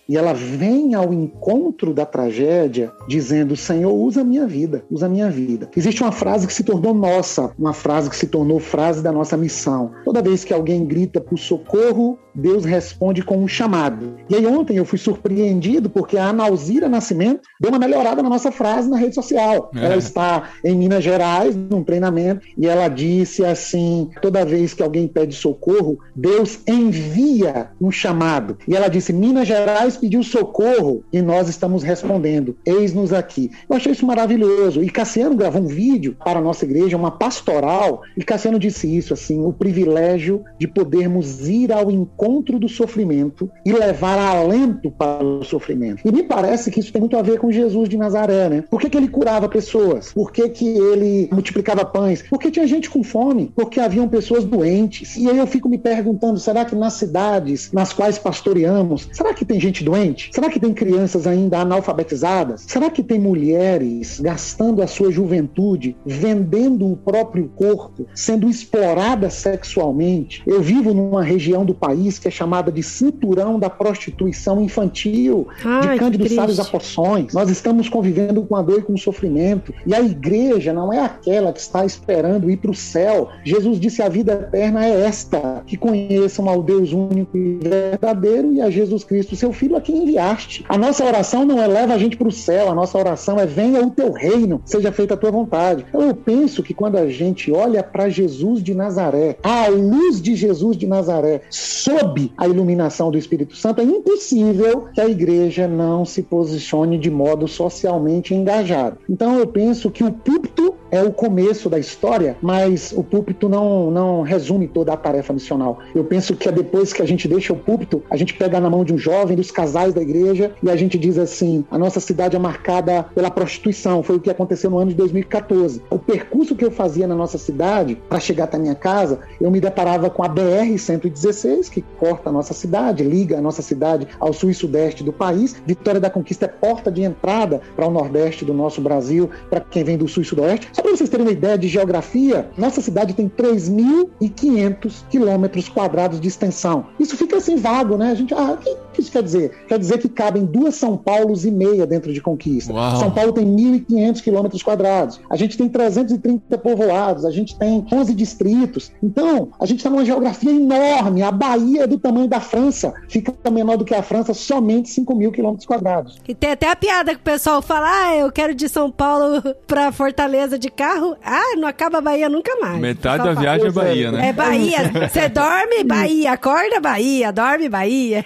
e ela vem ao encontro da tragédia dizendo: Senhor, usa a minha vida, usa a minha vida. Existe uma frase que se tornou nossa, uma frase que se tornou frase da nossa missão. Toda vez que alguém grita por socorro, Deus responde com um chamado. E aí ontem eu fui surpreendido porque a Ana Alzira Nascimento deu uma melhorada na nossa frase na rede social. É. Ela está em Minas Gerais, num treinamento, e ela disse assim: toda vez que alguém pede socorro, Deus envia um chamado. E ela disse: Minas Gerais pediu socorro e nós estamos respondendo, eis-nos aqui. Eu achei isso maravilhoso. E Cassiano gravou um vídeo para a nossa igreja, uma pastoral, e Cassiano disse isso, assim: o privilégio de podermos ir ao encontro do sofrimento e levar alento para o sofrimento. E me parece que isso tem muito a ver com Jesus de Nazaré, né? Por que que ele curava pessoas? Por que que ele multiplicava pães? Porque tinha gente com fome, porque haviam pessoas doentes. E aí eu fico me perguntando, será que nas cidades nas quais pastoreamos, será que tem gente doente? Será que tem crianças ainda analfabetizadas? Será que tem mulheres gastando a sua juventude, vendendo o próprio corpo, sendo exploradas sexualmente? Eu vivo numa região do país que é chamada de cinturão da prostituição infantil, Ai, de Cândido Salles a Poções. Nós estamos convivendo com a dor e com o sofrimento. E a igreja não é aquela que está esperando ir para o céu. Jesus disse: a vida eterna é esta, que conheçam ao Deus único e verdadeiro e a Jesus Cristo, seu Filho, a quem enviaste. A nossa oração não é leva a gente para o céu, a nossa oração é venha o teu reino, seja feita a tua vontade. Então eu penso que quando a gente olha para Jesus de Nazaré, à luz de Jesus de Nazaré, sob a iluminação do Espírito Santo, é impossível que a igreja não se posicione de modo socialmente engajado. Então eu penso que o púlpito é o começo da história, mas o púlpito não, não resume toda a tarefa missional. Eu penso que é depois que a gente deixa o púlpito, a gente pega na mão de um jovem, dos casais da igreja, e a gente diz assim: a nossa cidade é marcada pela prostituição. Foi o que aconteceu no ano de dois mil e catorze. O percurso que eu fazia na nossa cidade, para chegar até a minha casa, eu me deparava com a B R cento e dezesseis, que corta a nossa cidade, liga a nossa cidade ao sul e sudeste do país. Vitória da Conquista é porta de entrada para o nordeste do nosso Brasil, para quem vem do sul e sudoeste. Só para vocês terem uma ideia de geografia, nossa cidade tem três mil e quinhentos quilômetros quadrados de extensão. Isso fica assim vago, né? A gente, ah, o que isso quer dizer? Quer dizer que cabem duas São Paulos e meia dentro de Conquista. Uau. São Paulo tem mil e quinhentos quilômetros quadrados. A gente tem trezentos e trinta povoados, a gente tem onze distritos. Então, a gente está numa geografia enorme. A Bahia é do tamanho da França, fica menor do que a França, somente cinco mil quilômetros quadrados. E tem até a piada que o pessoal fala: ah, eu quero de São Paulo pra Fortaleza de carro. Ah, não acaba a Bahia nunca mais. Metade da viagem é Bahia, né? É Bahia. Você dorme, Bahia. Acorda, Bahia. Dorme, Bahia.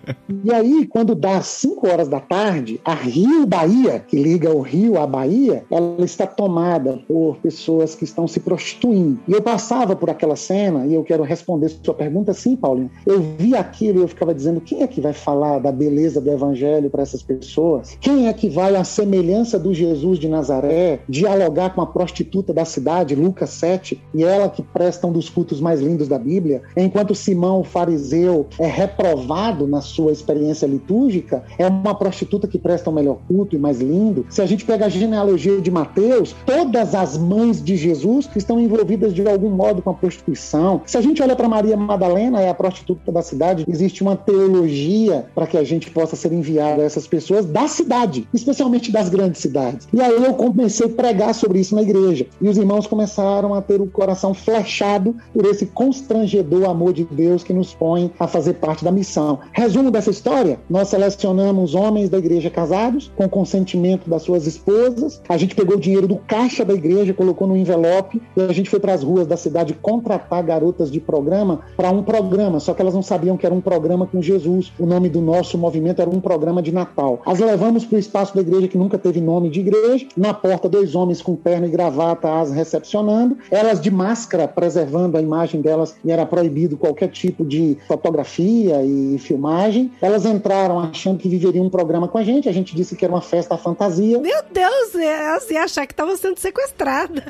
E aí, quando dá cinco horas da tarde, a Rio Bahia, que liga o Rio à Bahia, ela está tomada por pessoas que estão se prostituindo. E eu passava por aquela cena, e eu quero responder sua pergunta, sim, Paulinho. Eu vi aquilo e eu ficava dizendo: quem é que vai falar da beleza do evangelho para essas pessoas? Quem é que vai, à semelhança do Jesus de Nazaré, dialogar com a prostituta da cidade, Lucas sete, e ela que presta um dos cultos mais lindos da Bíblia, enquanto Simão, o fariseu, é reprovado na sua experiência litúrgica, é uma prostituta que presta o melhor culto e mais lindo. Se a gente pega a genealogia de Mateus, todas as mães de Jesus estão envolvidas de algum modo com a prostituição. Se a gente olha para Maria Madalena, é a prostituta da cidade, existe uma teologia para que a gente possa ser enviado a essas pessoas da cidade, especialmente das grandes cidades. E aí eu comecei a pregar sobre isso na igreja. E os irmãos começaram a ter o coração flechado por esse constrangedor amor de Deus que nos põe a fazer parte da missão. Resumo dessa história: nós selecionamos homens da igreja casados, com consentimento das suas esposas. A gente pegou o dinheiro do caixa da igreja, colocou no envelope, e a gente foi para as ruas da cidade contratar garotas de programa para um programa, só que elas não sabiam que era um programa com Jesus. O nome do nosso movimento era um programa de Natal. As levamos para o espaço da igreja que nunca teve nome de igreja. Na porta, dois homens com terno e gravata as recepcionando, elas de máscara, preservando a imagem delas, e era proibido qualquer tipo de fotografia e filmagem. Elas entraram achando que viveriam um programa com a gente. A gente disse que era uma festa à fantasia. Meu Deus, elas iam achar que estavam sendo sequestradas.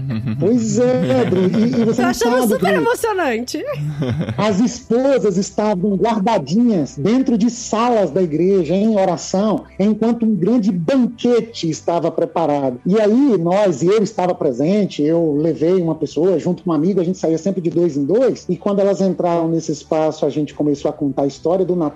Pois é, Dri. E, e você Eu achava sabe, super Dri, emocionante. as esposas estavam guardadinhas dentro de salas da igreja, em oração, enquanto um grande banquete estava preparado. E aí nós, e eu estava presente, eu levei uma pessoa junto com um amigo, a gente saía sempre de dois em dois, e quando elas entraram nesse espaço, a gente começou a contar a história do Natal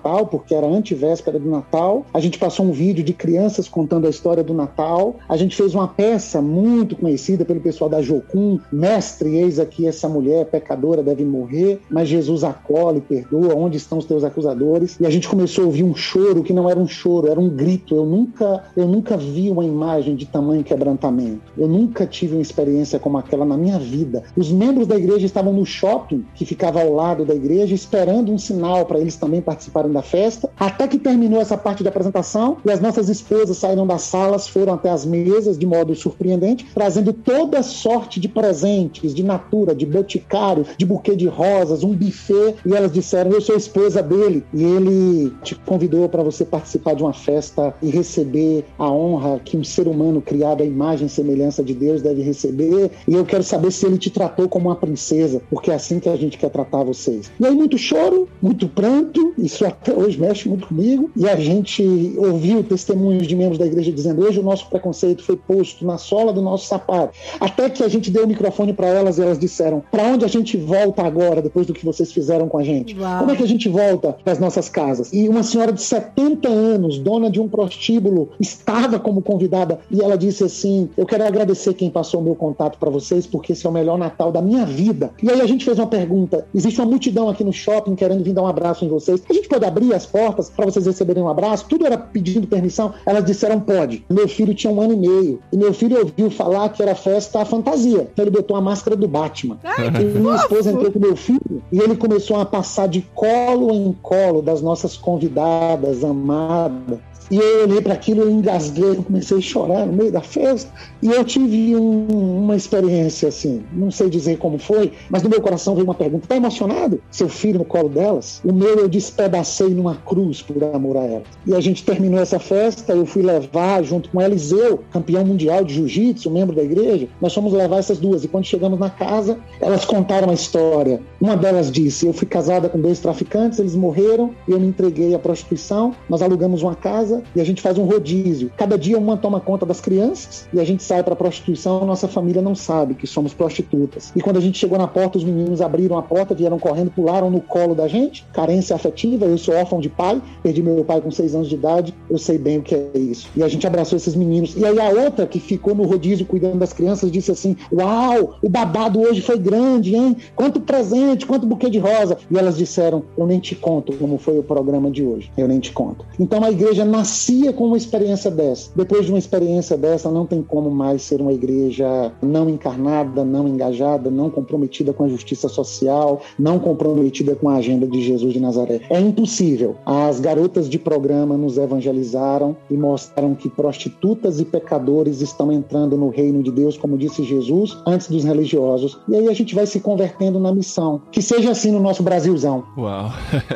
Natal, porque era antivéspera do Natal. A gente passou um vídeo de crianças contando a história do Natal. A gente fez uma peça muito conhecida pelo pessoal da Jocum, Mestre, eis aqui essa mulher pecadora deve morrer, mas Jesus acolhe, perdoa, onde estão os teus acusadores? E a gente começou a ouvir um choro que não era um choro, era um grito. Eu nunca, eu nunca vi uma imagem de tamanho quebrantamento. Eu nunca tive uma experiência como aquela na minha vida. Os membros da igreja estavam no shopping, que ficava ao lado da igreja, esperando um sinal para eles também participarem da festa, até que terminou essa parte da apresentação e as nossas esposas saíram das salas, foram até as mesas de modo surpreendente, trazendo toda sorte de presentes, de natura, de boticário, de buquê de rosas, um buffet, e elas disseram, eu sou a esposa dele, e ele te convidou para você participar de uma festa e receber a honra que um ser humano criado à imagem e semelhança de Deus deve receber, e eu quero saber se ele te tratou como uma princesa, porque é assim que a gente quer tratar vocês. E aí muito choro, muito pranto, isso até hoje mexe muito comigo, e a gente ouviu testemunhos de membros da igreja dizendo, hoje o nosso preconceito foi posto na sola do nosso sapato, até que a gente deu o microfone para elas e elas disseram, para onde a gente volta agora, depois do que vocês fizeram com a gente? Uau. Como é que a gente volta para as nossas casas? E uma senhora de setenta anos, dona de um prostíbulo, estava como convidada, e ela disse assim, eu quero agradecer quem passou o meu contato para vocês, porque esse é o melhor Natal da minha vida. E aí a gente fez uma pergunta, existe uma multidão aqui no shopping querendo vir dar um abraço em vocês, a gente pode abrir as portas para vocês receberem um abraço? Tudo era pedindo permissão, elas disseram pode. Meu filho tinha um ano e meio, e meu filho ouviu falar que era festa à fantasia, então ele botou a máscara do Batman. Ai, e minha esposa entrou com meu filho, e ele começou a passar de colo em colo das nossas convidadas amadas. E eu olhei para aquilo, eu engasguei, eu comecei a chorar no meio da festa. E eu tive um, uma experiência assim, não sei dizer como foi, mas no meu coração veio uma pergunta, tá emocionado? Seu filho no colo delas? O meu eu despedacei numa cruz por amor a elas. E a gente terminou essa festa, eu fui levar junto com Eliseu, campeão mundial de jiu-jitsu, membro da igreja, nós fomos levar essas duas. E quando chegamos na casa, elas contaram a história. Uma delas disse, eu fui casada com dois traficantes, eles morreram, e eu me entreguei à prostituição, nós alugamos uma casa, e a gente faz um rodízio. Cada dia uma toma conta das crianças e a gente sai para prostituição, nossa família não sabe que somos prostitutas. E quando a gente chegou na porta, os meninos abriram a porta, vieram correndo, pularam no colo da gente. Carência afetiva, eu sou órfão de pai, perdi meu pai com seis anos de idade, eu sei bem o que é isso. E a gente abraçou esses meninos. E aí a outra que ficou no rodízio cuidando das crianças disse assim, uau, o babado hoje foi grande, hein? Quanto presente, quanto buquê de rosa. E elas disseram, eu nem te conto como foi o programa de hoje. Eu nem te conto. Então a igreja nascia com uma experiência dessa. Depois de uma experiência dessa, não tem como mais ser uma igreja não encarnada, não engajada, não comprometida com a justiça social, não comprometida com a agenda de Jesus de Nazaré. É impossível. As garotas de programa nos evangelizaram e mostraram que prostitutas e pecadores estão entrando no reino de Deus, como disse Jesus, antes dos religiosos. E aí a gente vai se convertendo na missão. Que seja assim no nosso Brasilzão. Uau!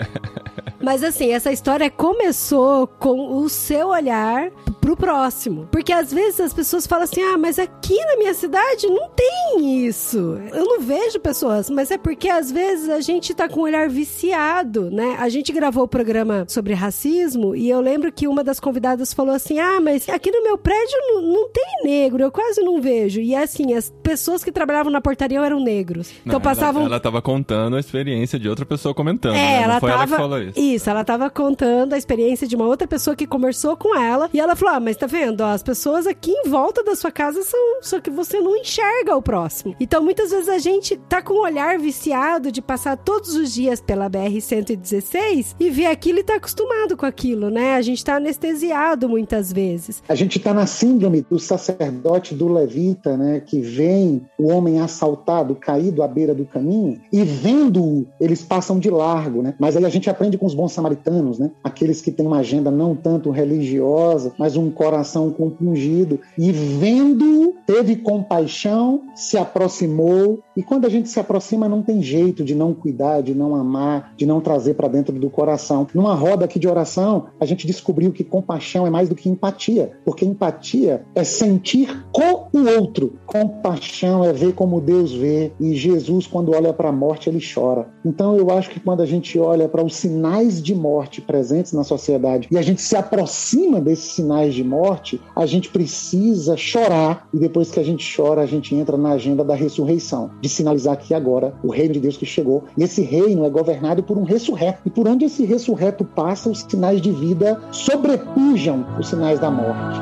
Mas assim, essa história começou com o seu olhar pro próximo. Porque às vezes as pessoas falam assim, ah, mas aqui na minha cidade não tem isso. Eu não vejo pessoas, mas é porque às vezes a gente tá com um olhar viciado, né? A gente gravou o programa sobre racismo e eu lembro que uma das convidadas falou assim, ah, mas aqui no meu prédio não, não tem negro, eu quase não vejo. E assim, as pessoas que trabalhavam na portaria eram negros. Então não, passavam... Ela, ela tava contando a experiência de outra pessoa comentando, é, né? Não ela foi tava... ela que falou isso. Isso, ela tava contando a experiência de uma outra pessoa que conversou com ela e ela falou, ah, mas tá vendo, ó, as pessoas aqui em volta da sua casa são, só que você não enxerga o próximo. Então muitas vezes a gente tá com um olhar viciado de passar todos os dias pela B R cento e dezesseis e ver aquilo e tá acostumado com aquilo, né? A gente tá anestesiado muitas vezes. A gente tá na síndrome do sacerdote do levita, né? Que vem o homem assaltado, caído à beira do caminho e vendo-o, eles passam de largo, né? Mas aí a gente aprende com os bons samaritanos, né? Aqueles que têm uma agenda não tanto religiosa, mas um coração compungido e vendo-o, teve compaixão, se aproximou. E quando a gente se aproxima, não tem jeito de não cuidar, de não amar, de não trazer para dentro do coração. Numa roda aqui de oração, a gente descobriu que compaixão é mais do que empatia, porque empatia é sentir com o outro. Compaixão é ver como Deus vê, e Jesus, quando olha para a morte, ele chora. Então eu acho que quando a gente olha para o sinal sinais de morte presentes na sociedade e a gente se aproxima desses sinais de morte, a gente precisa chorar, e depois que a gente chora, a gente entra na agenda da ressurreição, de sinalizar que agora o reino de Deus que chegou, e esse reino é governado por um ressurreto, e por onde esse ressurreto passa, os sinais de vida sobrepujam os sinais da morte.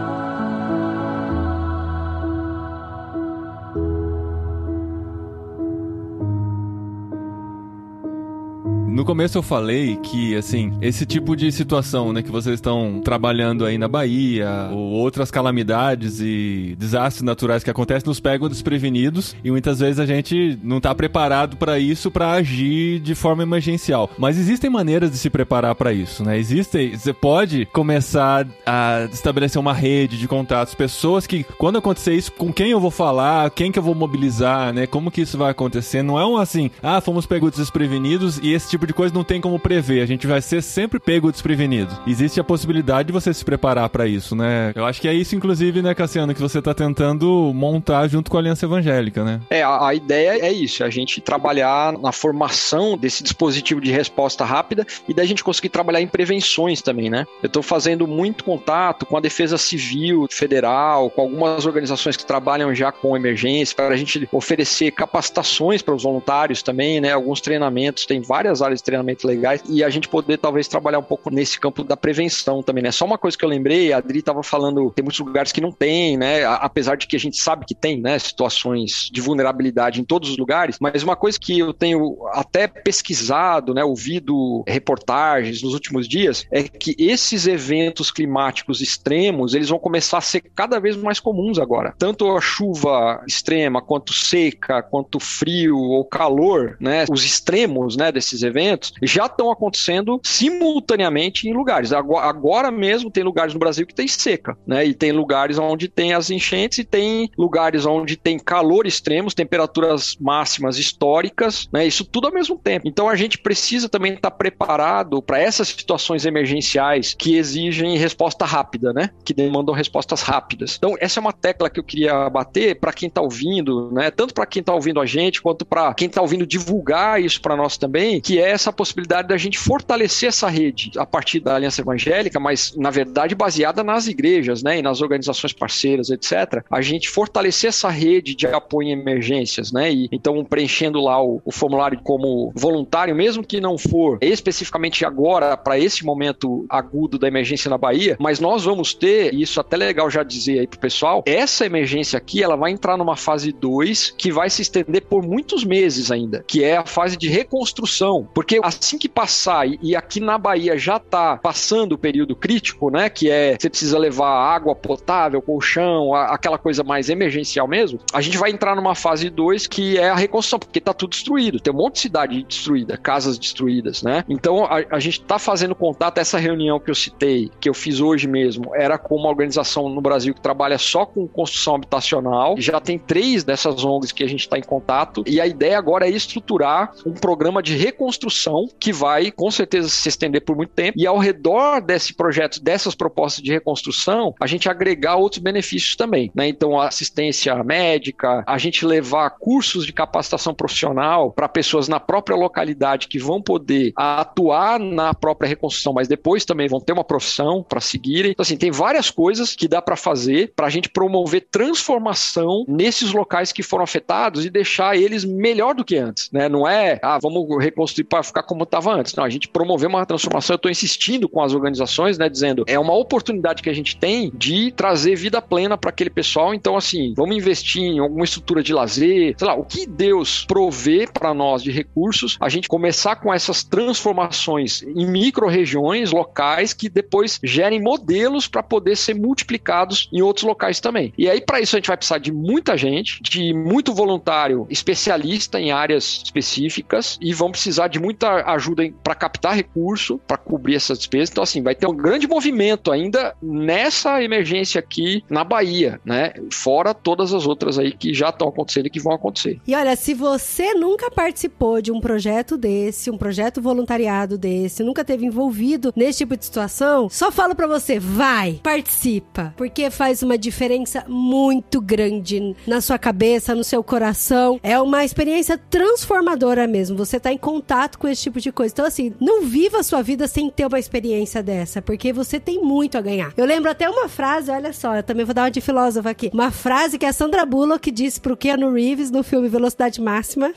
No começo eu falei que, assim, esse tipo de situação, né, que vocês estão trabalhando aí na Bahia, ou outras calamidades e desastres naturais que acontecem, nos pegam desprevenidos e muitas vezes a gente não tá preparado para isso, para agir de forma emergencial. Mas existem maneiras de se preparar para isso, né? Existem, você pode começar a estabelecer uma rede de contatos, pessoas que, quando acontecer isso, com quem eu vou falar, quem que eu vou mobilizar, né? Como que isso vai acontecer? Não é um assim, ah, fomos pegos desprevenidos e esse tipo de coisa não tem como prever, a gente vai ser sempre pego desprevenido. Existe a possibilidade de você se preparar pra isso, né? Eu acho que é isso, inclusive, né, Cassiano, que você tá tentando montar junto com a Aliança Evangélica, né? É, a, a ideia é isso, a gente trabalhar na formação desse dispositivo de resposta rápida e daí a gente conseguir trabalhar em prevenções também, né? Eu tô fazendo muito contato com a Defesa Civil Federal, com algumas organizações que trabalham já com emergência, para a gente oferecer capacitações para os voluntários também, né? Alguns treinamentos, tem várias áreas de treinamento legais, e a gente poder talvez trabalhar um pouco nesse campo da prevenção também, né? Só uma coisa que eu lembrei, a Adri estava falando, tem muitos lugares que não tem, né? Apesar de que a gente sabe que tem, né? Situações de vulnerabilidade em todos os lugares, mas uma coisa que eu tenho até pesquisado, né? Ouvido reportagens nos últimos dias, é que esses eventos climáticos extremos, eles vão começar a ser cada vez mais comuns agora. Tanto a chuva extrema, quanto seca, quanto frio ou calor, né? Os extremos, né? Desses eventos já estão acontecendo simultaneamente em lugares. Agora, agora mesmo tem lugares no Brasil que tem seca, né? E tem lugares onde tem as enchentes e tem lugares onde tem calor extremos, temperaturas máximas históricas, né? Isso tudo ao mesmo tempo. Então a gente precisa também estar preparado para essas situações emergenciais que exigem resposta rápida, né? Que demandam respostas rápidas. Então essa é uma tecla que eu queria bater para quem está ouvindo, né? Tanto para quem está ouvindo a gente, quanto para quem está ouvindo divulgar isso para nós também, que é essa possibilidade da gente fortalecer essa rede a partir da Aliança Evangélica, mas na verdade baseada nas igrejas, né, e nas organizações parceiras, etcétera. A gente fortalecer essa rede de apoio em emergências, né, e então preenchendo lá o, o formulário como voluntário, mesmo que não for especificamente agora para esse momento agudo da emergência na Bahia, mas nós vamos ter, e isso é até legal já dizer aí pro pessoal, essa emergência aqui, ela vai entrar numa fase dois que vai se estender por muitos meses ainda, que é a fase de reconstrução. Porque assim que passar, e aqui na Bahia já está passando o período crítico, né, que é, você precisa levar água potável, colchão, aquela coisa mais emergencial mesmo, a gente vai entrar numa fase dois que é a reconstrução, porque está tudo destruído, tem um monte de cidade destruída, casas destruídas, né? Então a, a gente está fazendo contato, essa reunião que eu citei, que eu fiz hoje mesmo, era com uma organização no Brasil que trabalha só com construção habitacional, já tem três dessas O N Gs que a gente está em contato, e a ideia agora é estruturar um programa de reconstrução que vai com certeza se estender por muito tempo, e ao redor desse projeto, dessas propostas de reconstrução, a gente agregar outros benefícios também, né? Então a assistência médica, a gente levar cursos de capacitação profissional para pessoas na própria localidade que vão poder atuar na própria reconstrução, mas depois também vão ter uma profissão para seguirem. Então assim, tem várias coisas que dá para fazer para a gente promover transformação nesses locais que foram afetados e deixar eles melhor do que antes, né? Não é, ah, vamos reconstruir para ficar como estava antes. Não, a gente promover uma transformação. Eu estou insistindo com as organizações, né, dizendo, é uma oportunidade que a gente tem de trazer vida plena para aquele pessoal. Então, assim, vamos investir em alguma estrutura de lazer, sei lá, o que Deus provê para nós de recursos, a gente começar com essas transformações em micro-regiões locais que depois gerem modelos para poder ser multiplicados em outros locais também. E aí, para isso, a gente vai precisar de muita gente, de muito voluntário especialista em áreas específicas, e vão precisar de muita ajuda para captar recurso, para cobrir essas despesas. Então, assim, vai ter um grande movimento ainda nessa emergência aqui na Bahia, né? Fora todas as outras aí que já estão acontecendo e que vão acontecer. E olha, se você nunca participou de um projeto desse, um projeto voluntariado desse, nunca teve envolvido nesse tipo de situação, só falo pra você, vai, participa, porque faz uma diferença muito grande na sua cabeça, no seu coração. É uma experiência transformadora mesmo. Você tá em contato contato com esse tipo de coisa. Então, assim, não viva a sua vida sem ter uma experiência dessa, porque você tem muito a ganhar. Eu lembro até uma frase, olha só, eu também vou dar uma de filósofa aqui. Uma frase que a Sandra Bullock disse pro Keanu Reeves no filme Velocidade Máxima.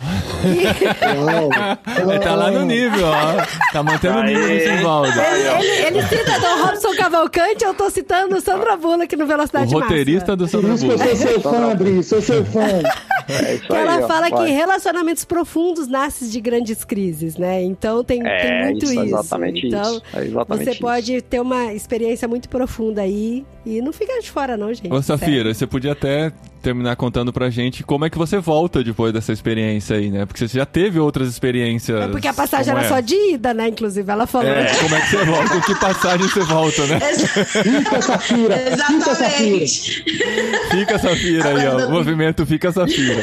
Ele tá lá no nível, ó. Tá mantendo o nível do Simvaldo. Ele, ele, ele cita Dom Robson Cavalcante, eu tô citando Sandra Bullock no Velocidade o Máxima. roteirista do Sandra Por isso que eu Bullock. sou seu fã, Adri, sou seu fã. É isso Que aí, ela ó, fala vai. que relacionamentos profundos nascem de grandes crises, né? Então tem, É, tem muito isso, isso. exatamente então, isso. É exatamente você isso. pode ter uma experiência muito profunda aí e não fica de fora, não, gente. Ô, Safira, sério. você podia até terminar contando pra gente como é que você volta depois dessa experiência aí, né? Porque você já teve outras experiências. É porque a passagem como era é. só de ida, né? Inclusive, ela falou. É, como é que você volta? Com que passagem você volta, né? Fica, Safira. Fica, Safira. Exatamente. Fica Safira aí, ó. O movimento Fica Safira.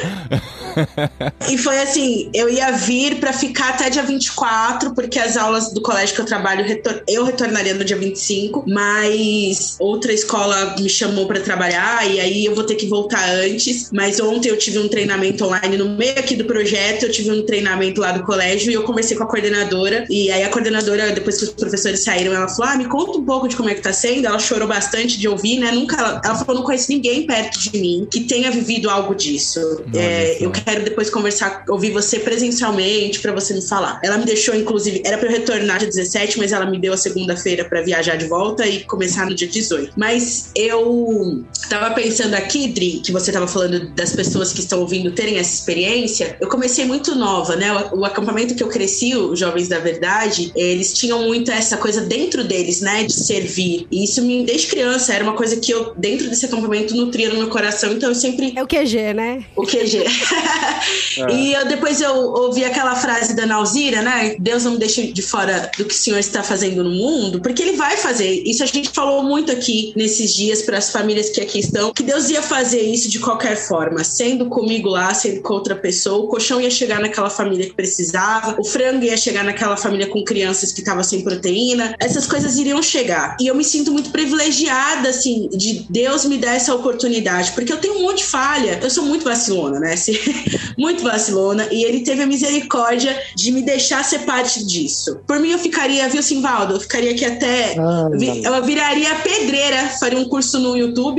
E foi assim, eu ia vir pra ficar até dia vinte e quatro, porque as aulas do colégio que eu trabalho, retor- eu retornaria no dia vinte e cinco, mas outra escola me chamou pra trabalhar e aí eu vou ter que voltar antes. Mas ontem eu tive um treinamento online no meio aqui do projeto, eu tive um treinamento lá do colégio e eu conversei com a coordenadora, e aí a coordenadora, depois que os professores saíram, ela falou, ah, me conta um pouco de como é que tá sendo. Ela chorou bastante de ouvir, né? Nunca, ela, ela falou, não conheço ninguém perto de mim que tenha vivido algo disso. É, eu quero depois conversar, ouvir você presencialmente pra você me falar. Ela me deixou, inclusive, era pra eu retornar dia dezessete, mas ela me deu a segunda-feira pra viajar de volta e começar no dia dezoito. Mas eu tava pensando aqui, Dri, que você tava falando das pessoas que estão ouvindo terem essa experiência. Eu comecei muito nova, né? O, o acampamento que eu cresci, os Jovens da Verdade, eles tinham muito essa coisa dentro deles, né? De servir. E isso, me, desde criança, era uma coisa que eu, dentro desse acampamento, nutria no meu coração. Então eu sempre... É o Q G, né? O Q G. É. E eu, depois eu ouvi aquela frase da Nauzira, né? Deus não me deixa de fora do que o Senhor está fazendo no mundo, porque Ele vai fazer. Isso a gente falou muito aqui nesses dias para as famílias que aqui estão, que Deus ia fazer isso de qualquer forma, sendo comigo lá, sendo com outra pessoa. O colchão ia chegar naquela família que precisava, o frango ia chegar naquela família com crianças que estavam sem proteína. Essas coisas iriam chegar. E eu me sinto muito privilegiada, assim, de Deus me dar essa oportunidade, porque eu tenho um monte de falha. Eu sou muito vacilona, né? Muito vacilona, e Ele teve a misericórdia de me deixar ser parte disso. Por mim eu ficaria, viu, Simvaldo? Eu ficaria aqui até... Ah, vi, eu viraria pedreira, faria um curso no YouTube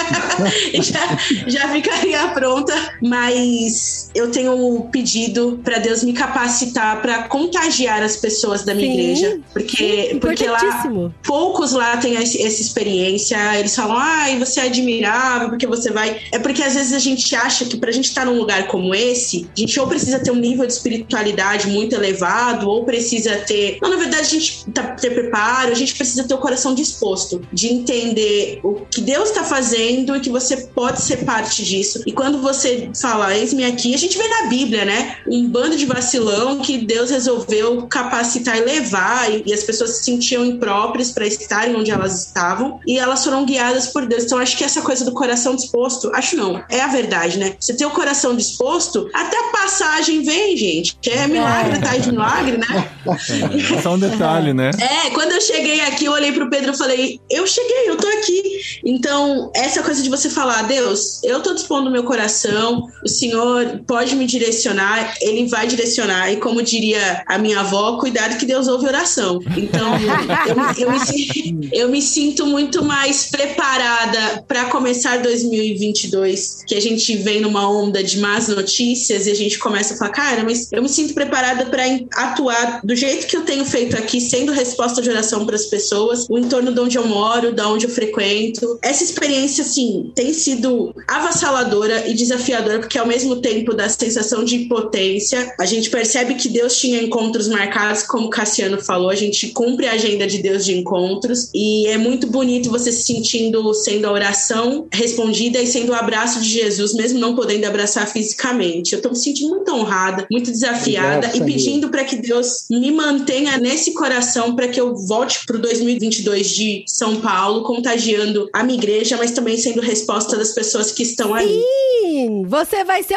já, já ficaria pronta, mas eu tenho pedido para Deus me capacitar para contagiar as pessoas da minha Sim, igreja, porque, sim, porque lá poucos lá têm esse, essa experiência. Eles falam, ai, você é admirável porque você vai... É porque às vezes a gente acha que pra gente estar num lugar como esse, a gente ou precisa ter um nível de espiritualidade muito elevado, ou precisa ter... Não, na verdade, a gente tá, ter preparo, a gente precisa ter o coração disposto de entender o que Deus está fazendo e que você pode ser parte disso. E quando você fala, eis-me aqui, a gente vê na Bíblia, né? Um bando de vacilão que Deus resolveu capacitar e levar, e, e as pessoas se sentiam impróprias para estarem onde elas estavam, e elas foram guiadas por Deus. Então, acho que essa coisa do coração disposto, acho não, é a verdade, né? Você tem o coração disposto, até a passagem vem, gente. É milagre, tá de milagre, né? É só um detalhe, né? É, quando eu cheguei aqui, eu olhei pro Pedro e falei, eu cheguei, eu tô aqui. Então, essa coisa de você falar, Deus, eu tô dispondo o meu coração, o Senhor pode me direcionar, Ele vai direcionar. E como diria a minha avó, cuidado que Deus ouve oração. Então, eu, eu, me, eu me sinto muito mais preparada para começar dois mil e vinte e dois, que a gente vem numa onda de más notícias e a gente começa a falar, cara, mas eu me sinto preparada para atuar do jeito que eu tenho feito aqui, sendo resposta de oração para as pessoas, o entorno de onde eu moro, de onde eu frequento. Essa experiência, assim, tem sido avassaladora e desafiadora, porque ao mesmo tempo da sensação de impotência, a gente percebe que Deus tinha encontros marcados, como o Cassiano falou, a gente cumpre a agenda de Deus de encontros, e é muito bonito você se sentindo sendo a oração respondida e sendo o abraço de Jesus, mesmo não podendo abraçar fisicamente. Eu tô me sentindo muito honrada, muito desafiada, e pedindo para que Deus me mantenha nesse coração para que eu volte pro dois mil e vinte e dois de São Paulo, contagiando a minha igreja, mas também sendo resposta das pessoas que estão ali. Sim! Você vai ser o outdoor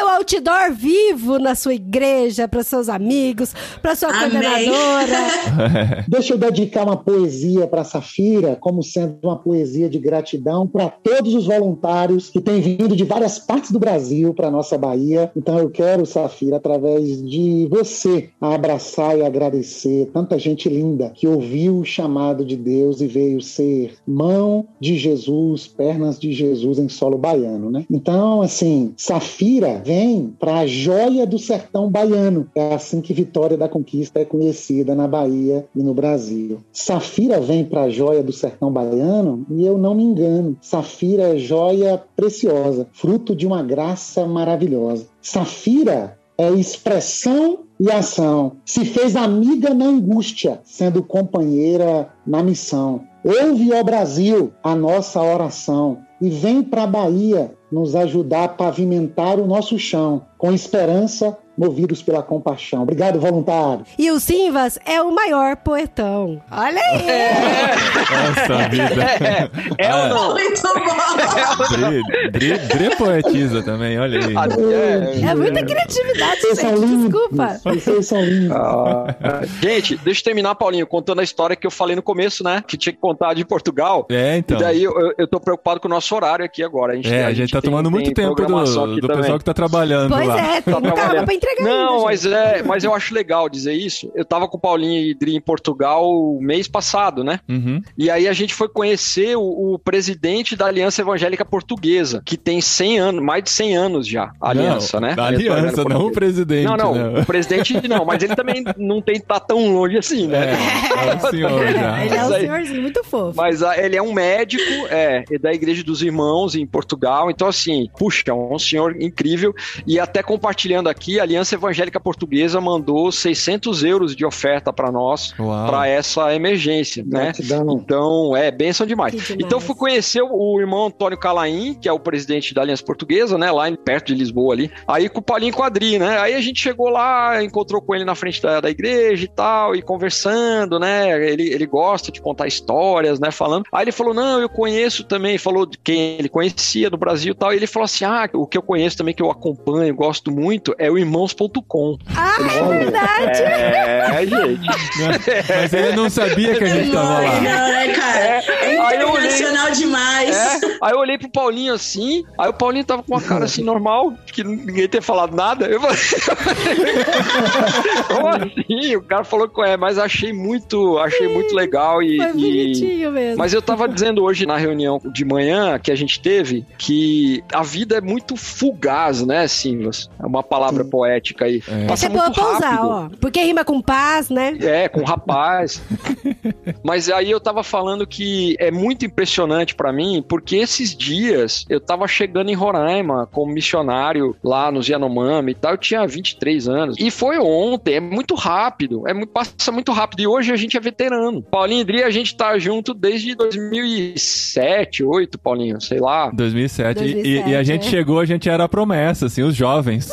pastor vivo na sua igreja, para seus amigos, para sua Amém. coordenadora. Deixa eu dedicar uma poesia para Safira, como sendo uma poesia de gratidão para todos os voluntários que têm vindo de várias partes do Brasil para nossa Bahia. Então eu quero, Safira, através de você, abraçar e agradecer tanta gente linda que ouviu o chamado de Deus e veio ser mão de Jesus, pernas de Jesus em solo baiano, né? Então, assim, Safira vem para a joia do sertão baiano. É assim que Vitória da Conquista é conhecida na Bahia e no Brasil. Safira vem para a joia do sertão baiano e eu não me engano. Safira é joia preciosa, fruto de uma graça maravilhosa. Safira é expressão e ação. Se fez amiga na angústia, sendo companheira na missão. Ouve, ó Brasil, a nossa oração e vem para a Bahia nos ajudar a pavimentar o nosso chão, com esperança, movidos pela compaixão. Obrigado, voluntário. E o Simvas é o maior poetão. Olha aí! Nossa vida. É, é ou não? Muito bom. Dri, Dri, Dri poetiza também, olha aí. É, É muita criatividade, Vocês são gente. lindos. Desculpa. Vocês são lindos. Ah, gente, deixa eu terminar, Paulinho, contando a história que eu falei no começo, né? Que tinha que contar de Portugal. É, então. E daí eu, eu tô preocupado com o nosso horário aqui agora. A gente, É, a gente tá tem- tomando tem muito tempo do, programação aqui do também. pessoal que tá trabalhando Pois lá. é, tem Tá muita aula trabalhando. pra entregar Não, ainda, mas, gente. é, mas eu acho legal dizer isso. Eu tava com o Paulinho e Dri em Portugal mês passado, né? Uhum. E aí a gente foi conhecer o, o presidente da Aliança Evangélica Portuguesa, que tem cem anos, mais de cem anos já, a aliança, não, né? A aliança, não o presidente. Não, não, né? o presidente não, mas ele também não tem tá tão longe assim, né? É, é o senhor já. Ele é um Mas aí- senhorzinho muito fofo. Mas ah, ele é um médico, é, é da Igreja dos Irmãos em Portugal, então assim, puxa, é um senhor incrível, e até compartilhando aqui, a Aliança Evangélica Portuguesa mandou seiscentos euros de oferta para nós, Uau. para essa emergência, né? Gratidão. Então, é bênção demais. Que demais. Então, fui conhecer o, o irmão Antônio Calaim, que é o presidente da Aliança Portuguesa, né? Lá em- perto de Lisboa ali. Aí com o Paulinho Quadri, né? Aí a gente chegou lá, encontrou com ele na frente da, da igreja e tal, e conversando, né? Ele, ele gosta de contar histórias, né? Falando. Aí ele falou, não, eu conheço também, falou de quem ele conhecia do Brasil e tal. E ele falou assim, ah, o que eu conheço também, que eu acompanho, gosto muito, é o irmãos ponto com. Ah, é verdade! É, gente. Mas ele não sabia que a gente tava Não, lá. né, cara? É, Aí eu olhei- internacional demais. É, aí eu olhei pro Paulinho assim, aí o Paulinho tava com uma cara assim normal, que ninguém tinha falado nada. Eu falei, como assim? O cara falou que é, mas achei muito, achei muito legal e, Foi e- bonitinho mesmo. mas eu tava dizendo hoje na reunião de manhã que a gente teve que a vida é muito fugaz, né, Simvas? É uma palavra poética aí. É. Passa Essa é boa muito pra usar, rápido. ó. Porque rima com paz, né? É, com rapaz. Mas aí eu tava falando que é muito impressionante pra mim, porque esses dias eu tava chegando em Roraima como missionário lá nos Yanomami e tal, eu tinha vinte e três anos. E foi ontem, é muito rápido, é muito, passa muito rápido. E hoje a gente é veterano. Paulinho e Dri, a gente tá junto desde dois mil e sete, dois mil e oito, Paulinho, sei lá. dois mil e sete. dois mil e E, sete, e a gente é. chegou, a gente era a promessa, assim, os jovens.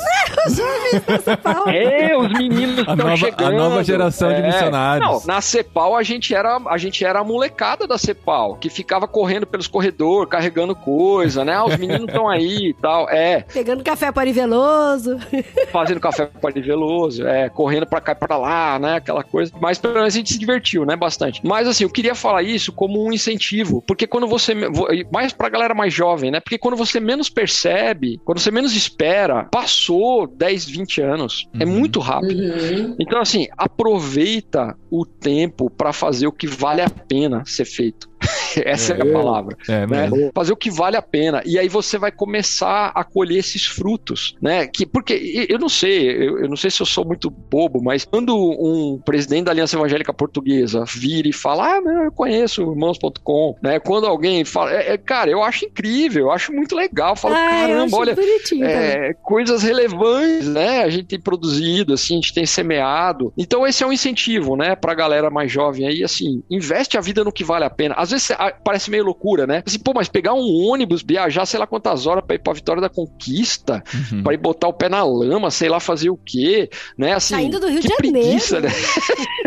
É, os meninos A estão nova- a chegando. nova geração de missionários. Não, na Cepal a gente era a gente era a molecada da Cepal, que ficava correndo pelos corredores, carregando coisa, né? Ah, os meninos estão aí e tal. É, Pegando café pariveloso. fazendo café para Veloso, é, correndo pra cá e pra lá, né? Aquela coisa. Mas pelo menos a gente se divertiu, né? Bastante. Mas assim, eu queria falar isso como um incentivo, porque quando você, mais pra galera mais jovem, né? Porque quando você menos percebe, quando você menos espera, passou dez, vinte anos. É Uhum. muito rápido. Uhum. Então, assim, aproveita o tempo pra fazer o que vale a pena ser feito. Essa é, É. a palavra. É, Né? mesmo. Fazer o que vale a pena. E aí você vai começar a colher esses frutos, né? Que, porque eu não sei, eu, eu não sei se eu sou muito bobo, mas quando um presidente da Aliança Evangélica Portuguesa vira e fala, ah, não, eu conheço irmãos ponto com, né? Quando alguém fala, é, é, cara, eu acho incrível, eu acho muito legal. Eu falo, Ah, eu caramba, acho olha, bonitinho também. é, coisas relevantes, né? A gente tem produzido, assim, a gente tem semeado. Então esse é um incentivo, né? Pra galera mais jovem aí, assim, investe a vida no que vale a pena. Às vezes ah, parece meio loucura, né? Assim, pô, mas pegar um ônibus, viajar sei lá quantas horas pra ir pra Vitória da Conquista, Uhum. pra ir botar o pé na lama, sei lá fazer o quê, né? Assim, Saindo do Rio que de Janeiro. preguiça, né?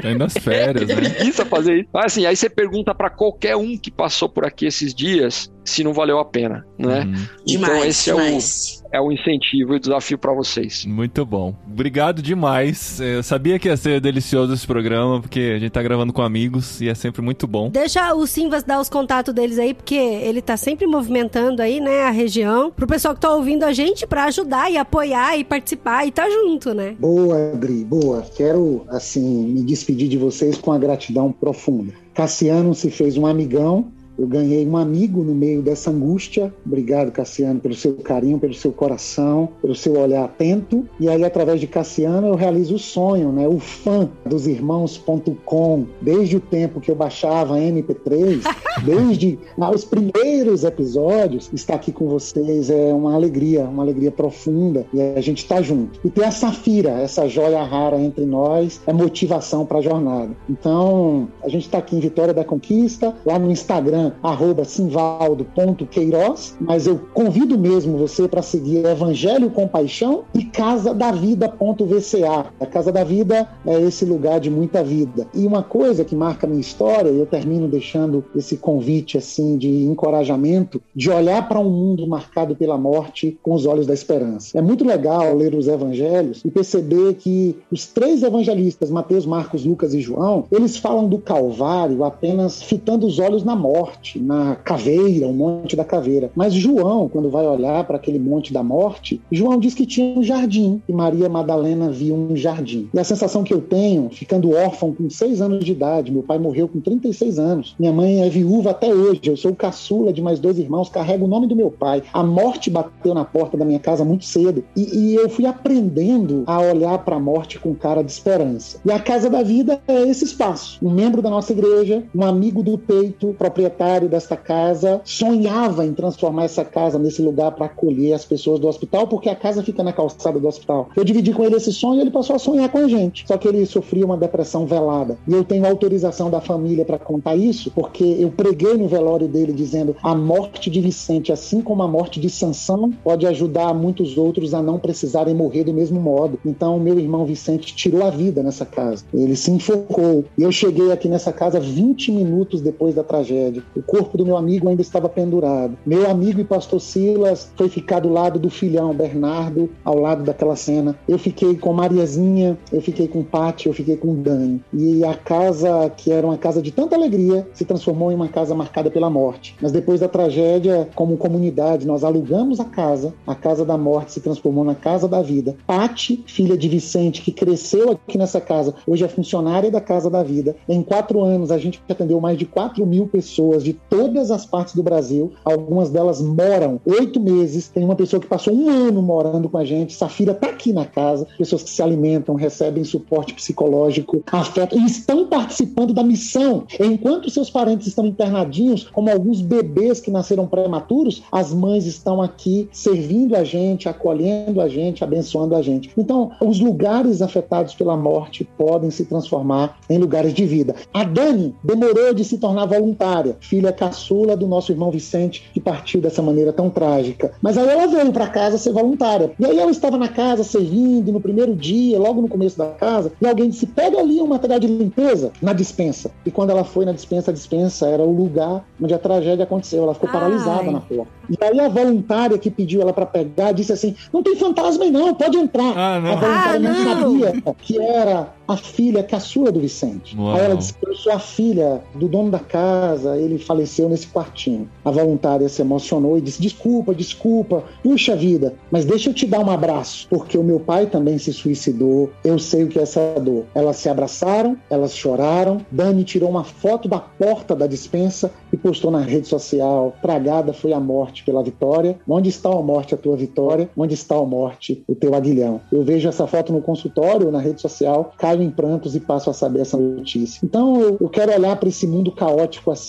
Tá indo nas férias, né? Preguiça fazer isso. Mas assim, aí você pergunta pra qualquer um que passou por aqui esses dias se não valeu a pena, né? Uhum. Então Demais, esse é demais. o, é o incentivo e o desafio pra vocês. Muito bom. Obrigado demais. Eu sabia que ia ser delicioso esse programa, porque a gente tá gravando com amigos e é sempre muito bom. Deixa o Simvas dar os contatos deles aí, porque ele tá sempre movimentando aí, né, a região, pro pessoal que tá ouvindo a gente pra ajudar e apoiar e participar e tá junto, né? Boa, Adri, boa. Quero, assim, me despedir de vocês com uma gratidão profunda. Cassiano se fez um amigão. Eu ganhei um amigo no meio dessa angústia. Obrigado, Cassiano, pelo seu carinho, pelo seu coração, pelo seu olhar atento. E aí, através de Cassiano, eu realizo o sonho, né? O fã dos irmãos ponto com, desde o tempo que eu baixava M P três, desde os primeiros episódios, estar aqui com vocês é uma alegria, uma alegria profunda. E a gente está junto. E ter a Safira, essa joia rara entre nós, é motivação para a jornada. Então, a gente está aqui em Vitória da Conquista, lá no Instagram, arroba simvaldo ponto queiroz, mas eu convido mesmo você para seguir Evangelho com Paixão e casa da vida ponto v c a. A Casa da Vida é esse lugar de muita vida. E uma coisa que marca a minha história, e eu termino deixando esse convite assim de encorajamento, de olhar para um mundo marcado pela morte com os olhos da esperança. É muito legal ler os evangelhos e perceber que os três evangelistas, Mateus, Marcos, Lucas e João, eles falam do Calvário apenas fitando os olhos na morte, na caveira, o monte da caveira. Mas João, quando vai olhar para aquele monte da morte, João diz que tinha um jardim, e Maria Madalena viu um jardim. E a sensação que eu tenho, ficando órfão com seis anos de idade, meu pai morreu com trinta e seis anos, minha mãe é viúva até hoje, eu sou o caçula de mais dois irmãos, carrego o nome do meu pai. A morte bateu na porta da minha casa muito cedo, e, e eu fui aprendendo a olhar para a morte com cara de esperança. E a Casa da Vida é esse espaço. Um membro da nossa igreja, um amigo do peito, proprietário desta casa, sonhava em transformar essa casa nesse lugar para acolher as pessoas do hospital, porque a casa fica na calçada do hospital. Eu dividi com ele esse sonho e ele passou a sonhar com a gente. Só que ele sofria uma depressão velada. E eu tenho autorização da família para contar isso, porque eu preguei no velório dele dizendo: a morte de Vicente, assim como a morte de Sansão, pode ajudar muitos outros a não precisarem morrer do mesmo modo. Então, meu irmão Vicente tirou a vida nessa casa. Ele se enfocou. E eu cheguei aqui nessa casa vinte minutos depois da tragédia. O corpo do meu amigo ainda estava pendurado. Meu amigo e pastor Silas foi ficar do lado do filhão Bernardo, ao lado daquela cena. Eu fiquei com Mariazinha, eu fiquei com Pati, eu fiquei com Dani. E a casa, que era uma casa de tanta alegria, se transformou em uma casa marcada pela morte. Mas depois da tragédia, como comunidade, nós alugamos a casa. A casa da morte se transformou na Casa da Vida. Pati, filha de Vicente, que cresceu aqui nessa casa, hoje é funcionária da Casa da Vida. Em quatro anos, a gente atendeu mais de quatro mil pessoas de todas as partes do Brasil. Algumas delas moram oito meses. Tem uma pessoa que passou um ano morando com a gente. Safira está aqui na casa. Pessoas que se alimentam, recebem suporte psicológico, afeto e estão participando da missão. Enquanto seus parentes estão internadinhos, como alguns bebês que nasceram prematuros, as mães estão aqui servindo a gente, acolhendo a gente, abençoando a gente. Então, os lugares afetados pela morte podem se transformar em lugares de vida. A Dani demorou de se tornar voluntária, filha caçula do nosso irmão Vicente, que partiu dessa maneira tão trágica. Mas aí ela veio para casa ser voluntária. E aí ela estava na casa servindo, no primeiro dia, logo no começo da casa, e alguém disse: pega ali um material de limpeza na despensa. E quando ela foi na despensa, a despensa era o lugar onde a tragédia aconteceu. Ela ficou Ai. paralisada na porta. E aí a voluntária que pediu ela para pegar disse assim: não tem fantasma aí não, pode entrar. Ah, não. A voluntária Ah, não. não. sabia que era a filha caçula do Vicente. Uau. Aí ela disse: eu sou a filha do dono da casa, ele faleceu nesse quartinho. A voluntária se emocionou e disse: desculpa, desculpa, puxa vida, mas deixa eu te dar um abraço, porque o meu pai também se suicidou, eu sei o que é essa dor. Elas se abraçaram, elas choraram. Dani tirou uma foto da porta da despensa e postou na rede social: tragada foi a morte pela Vitória. Onde está a morte, a tua vitória? Onde está a morte, o teu aguilhão? Eu vejo essa foto no consultório, na rede social, caio em prantos e passo a saber essa notícia. Então eu, eu quero olhar para esse mundo caótico assim. Tem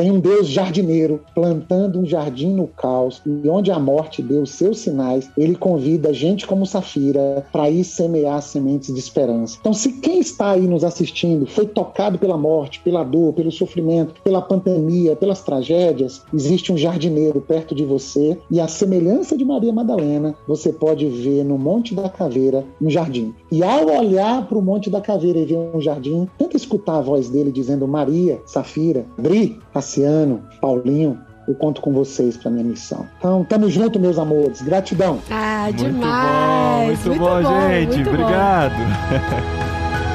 Tem um Deus jardineiro plantando um jardim no caos, e onde a morte deu os seus sinais, ele convida gente como Safira para ir semear sementes de esperança. Então, se quem está aí nos assistindo foi tocado pela morte, pela dor, pelo sofrimento, pela pandemia, pelas tragédias, existe um jardineiro perto de você, e a semelhança de Maria Madalena, você pode ver no Monte da Caveira um jardim. E ao olhar para o Monte da Caveira e ver um jardim, tenta escutar a voz dele dizendo: Maria, Safira, Dri, Cassiano, Paulinho, eu conto com vocês para minha missão. Então, tamo junto, meus amores. Gratidão. Ah, Muito demais. bom, muito, muito bom, bom, gente. Muito Obrigado. Bom.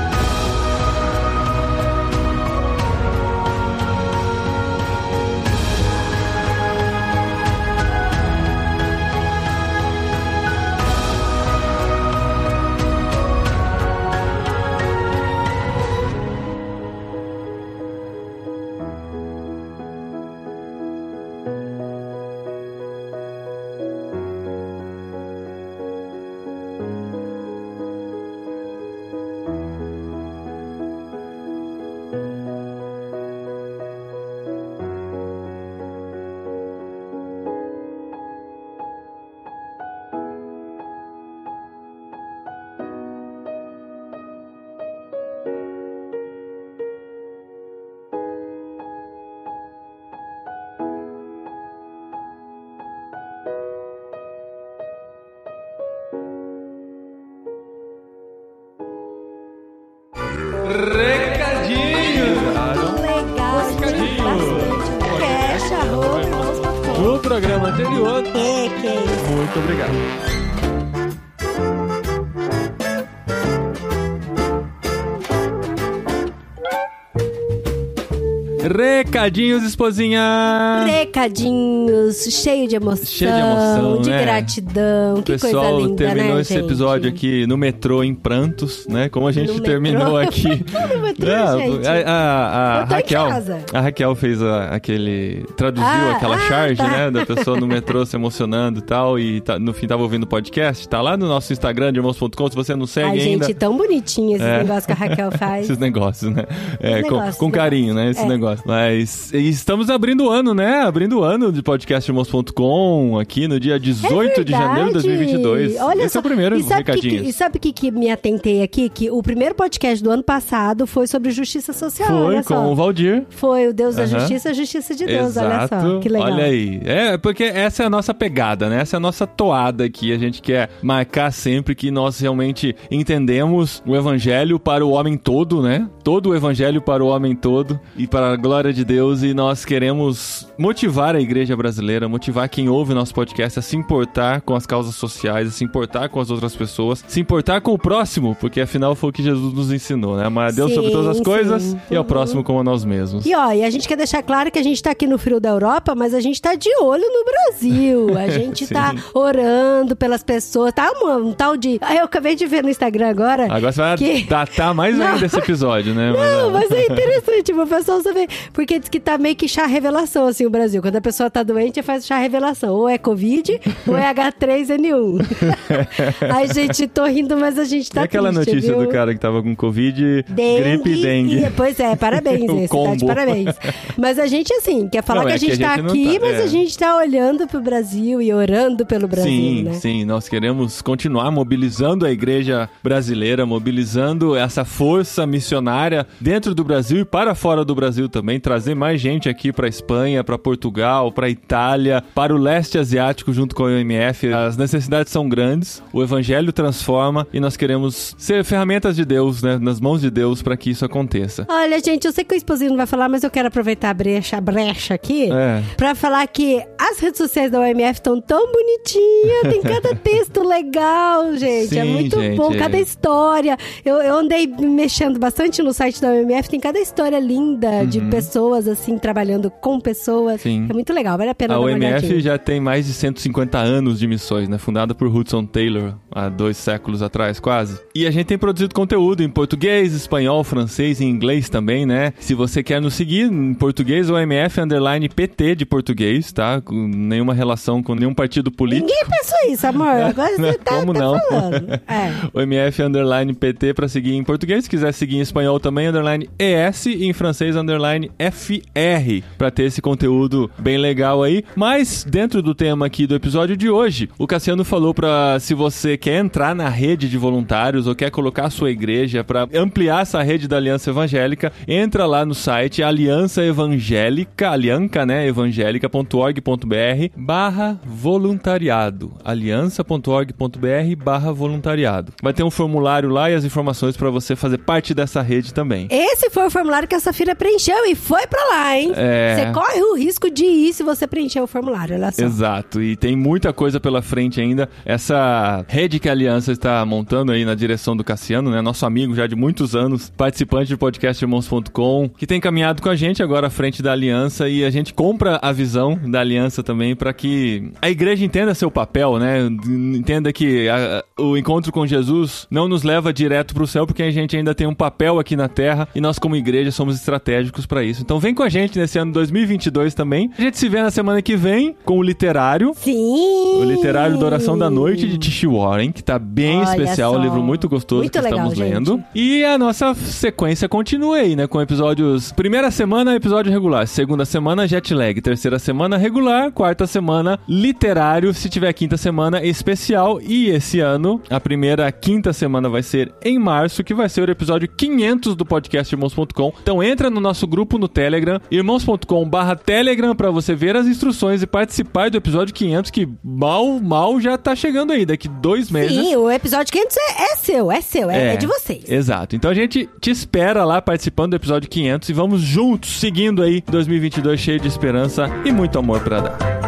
Recadinhos! No programa anterior. É, que é isso. Muito obrigado. Recadinhos, esposinha! Recadinhos, cheio de emoção, cheio de, emoção, de né? gratidão, o que coisa linda, pessoal terminou né, esse gente? episódio aqui no metrô em prantos, né? Como a gente No terminou metrô? aqui. No metrô, Não, gente. a, a, a Eu tô em Raquel, casa. a Raquel fez a, aquele, traduziu Ah, aquela ah, charge, tá. né? Da pessoa no metrô se emocionando e tal, e tá, no fim tava ouvindo o podcast. Tá lá no nosso Instagram, de irmãos ponto com, se você não segue Ai, ainda. gente, tão bonitinho esses É. negócios que a Raquel faz. Esses negócios, né? É, com, negócios, com né? carinho, né? Esse É. negócio. Mas e estamos abrindo o ano, né? Abrindo o ano de podcast irmãos ponto com aqui no dia dezoito de janeiro de dois mil e vinte e dois. É Olha Esse só. é o primeiro e sabe que, recadinho. que, e sabe o que, que me atentei aqui? Que o primeiro podcast do ano passado foi sobre justiça social, Foi olha com só. o Valdir. Foi o Deus da Aham. Justiça, a Justiça de Deus, Exato. olha só. Que legal. Olha aí. É, porque essa é a nossa pegada, né? Essa é a nossa toada aqui. A gente quer marcar sempre que nós realmente entendemos o evangelho para o homem todo, né? Todo o evangelho para o homem todo e para a glória de Deus, e nós queremos motivar a igreja brasileira, motivar quem ouve o nosso podcast a se importar com as causas sociais, a se importar com as outras pessoas, se importar com o próximo, porque afinal foi o que Jesus nos ensinou, né? Amar a Deus Sim, sobre todas as coisas sim. e ao Uhum. próximo como a nós mesmos. E ó, e a gente quer deixar claro que a gente tá aqui no frio da Europa, mas a gente tá de olho no Brasil. A gente Sim. tá orando pelas pessoas. Tá um, um tal de... Ah, eu acabei de ver no Instagram agora. Agora você vai que... datar mais Não. ainda esse episódio, né? Não, mas é interessante, tipo, o pessoal saber. Porque diz que tá meio que chá revelação, assim, o Brasil. Quando a pessoa tá doente, faz chá revelação. Ou é Covid, ou é agá três ene um. Ai, gente, tô rindo, mas a gente tá E aquela triste, notícia viu? do cara que tava com Covid, Dengue, gripe e dengue. e- pois é, parabéns, O esse, tá de combo. parabéns. Mas a gente, assim, quer falar Não, que é a gente que a tá gente não aqui, tá- mas é. a gente tá olhando pro Brasil e orando pelo Brasil, Sim, né? sim, nós queremos continuar mobilizando a igreja brasileira, mobilizando essa força missionária dentro do Brasil e para fora do Brasil também, trazer mais gente aqui para Espanha, para Portugal, para Itália, para o leste asiático junto com a O M F. As necessidades são grandes, o evangelho transforma e nós queremos ser ferramentas de Deus, né, nas mãos de Deus para que isso aconteça. Olha, gente, eu sei que o esposinho não vai falar, mas eu quero aproveitar a brecha, a brecha aqui É. pra falar que as redes sociais da O M F estão tão bonitinhas, tem cada texto legal, gente. é Sim, muito gente, bom, é. cada história. Eu, eu andei mexendo bastante no site da O M F, tem cada história linda de pessoas, assim, trabalhando com pessoas. Uhum. Sim. É muito legal, vale a pena A dar O uma M F olhadinha. já tem mais de cento e cinquenta anos de missões, né? Fundada por Hudson Taylor há dois séculos atrás, quase. E a gente tem produzido conteúdo em português, espanhol, francês e inglês também, né? Se você quer nos seguir em português, O M F underline P T de português, tá? Com nenhuma relação com nenhum partido político. Ninguém pensou isso, amor. Agora você tá, Como tá não? falando. É. O M F underline P T pra seguir em português. Se quiser seguir em espanhol também, underline E S. E em francês, underline underline F R, pra ter esse conteúdo bem legal aí. Mas, dentro do tema aqui do episódio de hoje, o Cassiano falou pra, se você quer entrar na rede de voluntários ou quer colocar a sua igreja pra ampliar essa rede da Aliança Evangélica, entra lá no site Aliança Evangélica, alianca, né, evangélica ponto org ponto br barra voluntariado, aliança ponto org ponto br barra voluntariado. Vai ter um formulário lá e as informações pra você fazer parte dessa rede também. Esse foi o formulário que a Safira preencheu e foi pra lá, hein? É... Você corre o risco de ir se você preencher o formulário, olha só. Exato, e tem muita coisa pela frente ainda. Essa rede que a Aliança está montando aí na direção do Cassiano, né? Nosso amigo já de muitos anos, participante do podcast irmãos ponto com, que tem caminhado com a gente agora à frente da Aliança, e a gente compra a visão da Aliança também para que a igreja entenda seu papel, né? Entenda que a, o encontro com Jesus não nos leva direto pro céu, porque a gente ainda tem um papel aqui na Terra e nós como igreja somos estratégicos para isso. Então vem com a gente nesse ano dois mil e vinte e dois também. A gente se vê na semana que vem com o literário. Sim! O literário da Oração da Noite de T H Warren, que tá bem Olha especial, só. um livro muito gostoso Muito que legal, estamos gente. lendo. E a nossa sequência continua aí, né? Com episódios... Primeira semana, episódio regular. Segunda semana, jet lag. Terceira semana, regular. Quarta semana, literário. Se tiver quinta semana, especial. E esse ano, a primeira quinta semana vai ser em março, que vai ser o episódio quinhentos do podcast irmãos ponto com. Então entra no nosso grupo no Telegram, irmãos ponto com barra Telegram, pra você ver as instruções e participar do episódio quinhentos, que mal, mal já tá chegando aí, daqui dois meses. Sim, o episódio quinhentos é, é seu, é seu, é, é de vocês. Exato. Então a gente te espera lá participando do episódio quinhentos e vamos juntos, seguindo aí dois mil e vinte e dois cheio de esperança e muito amor pra dar.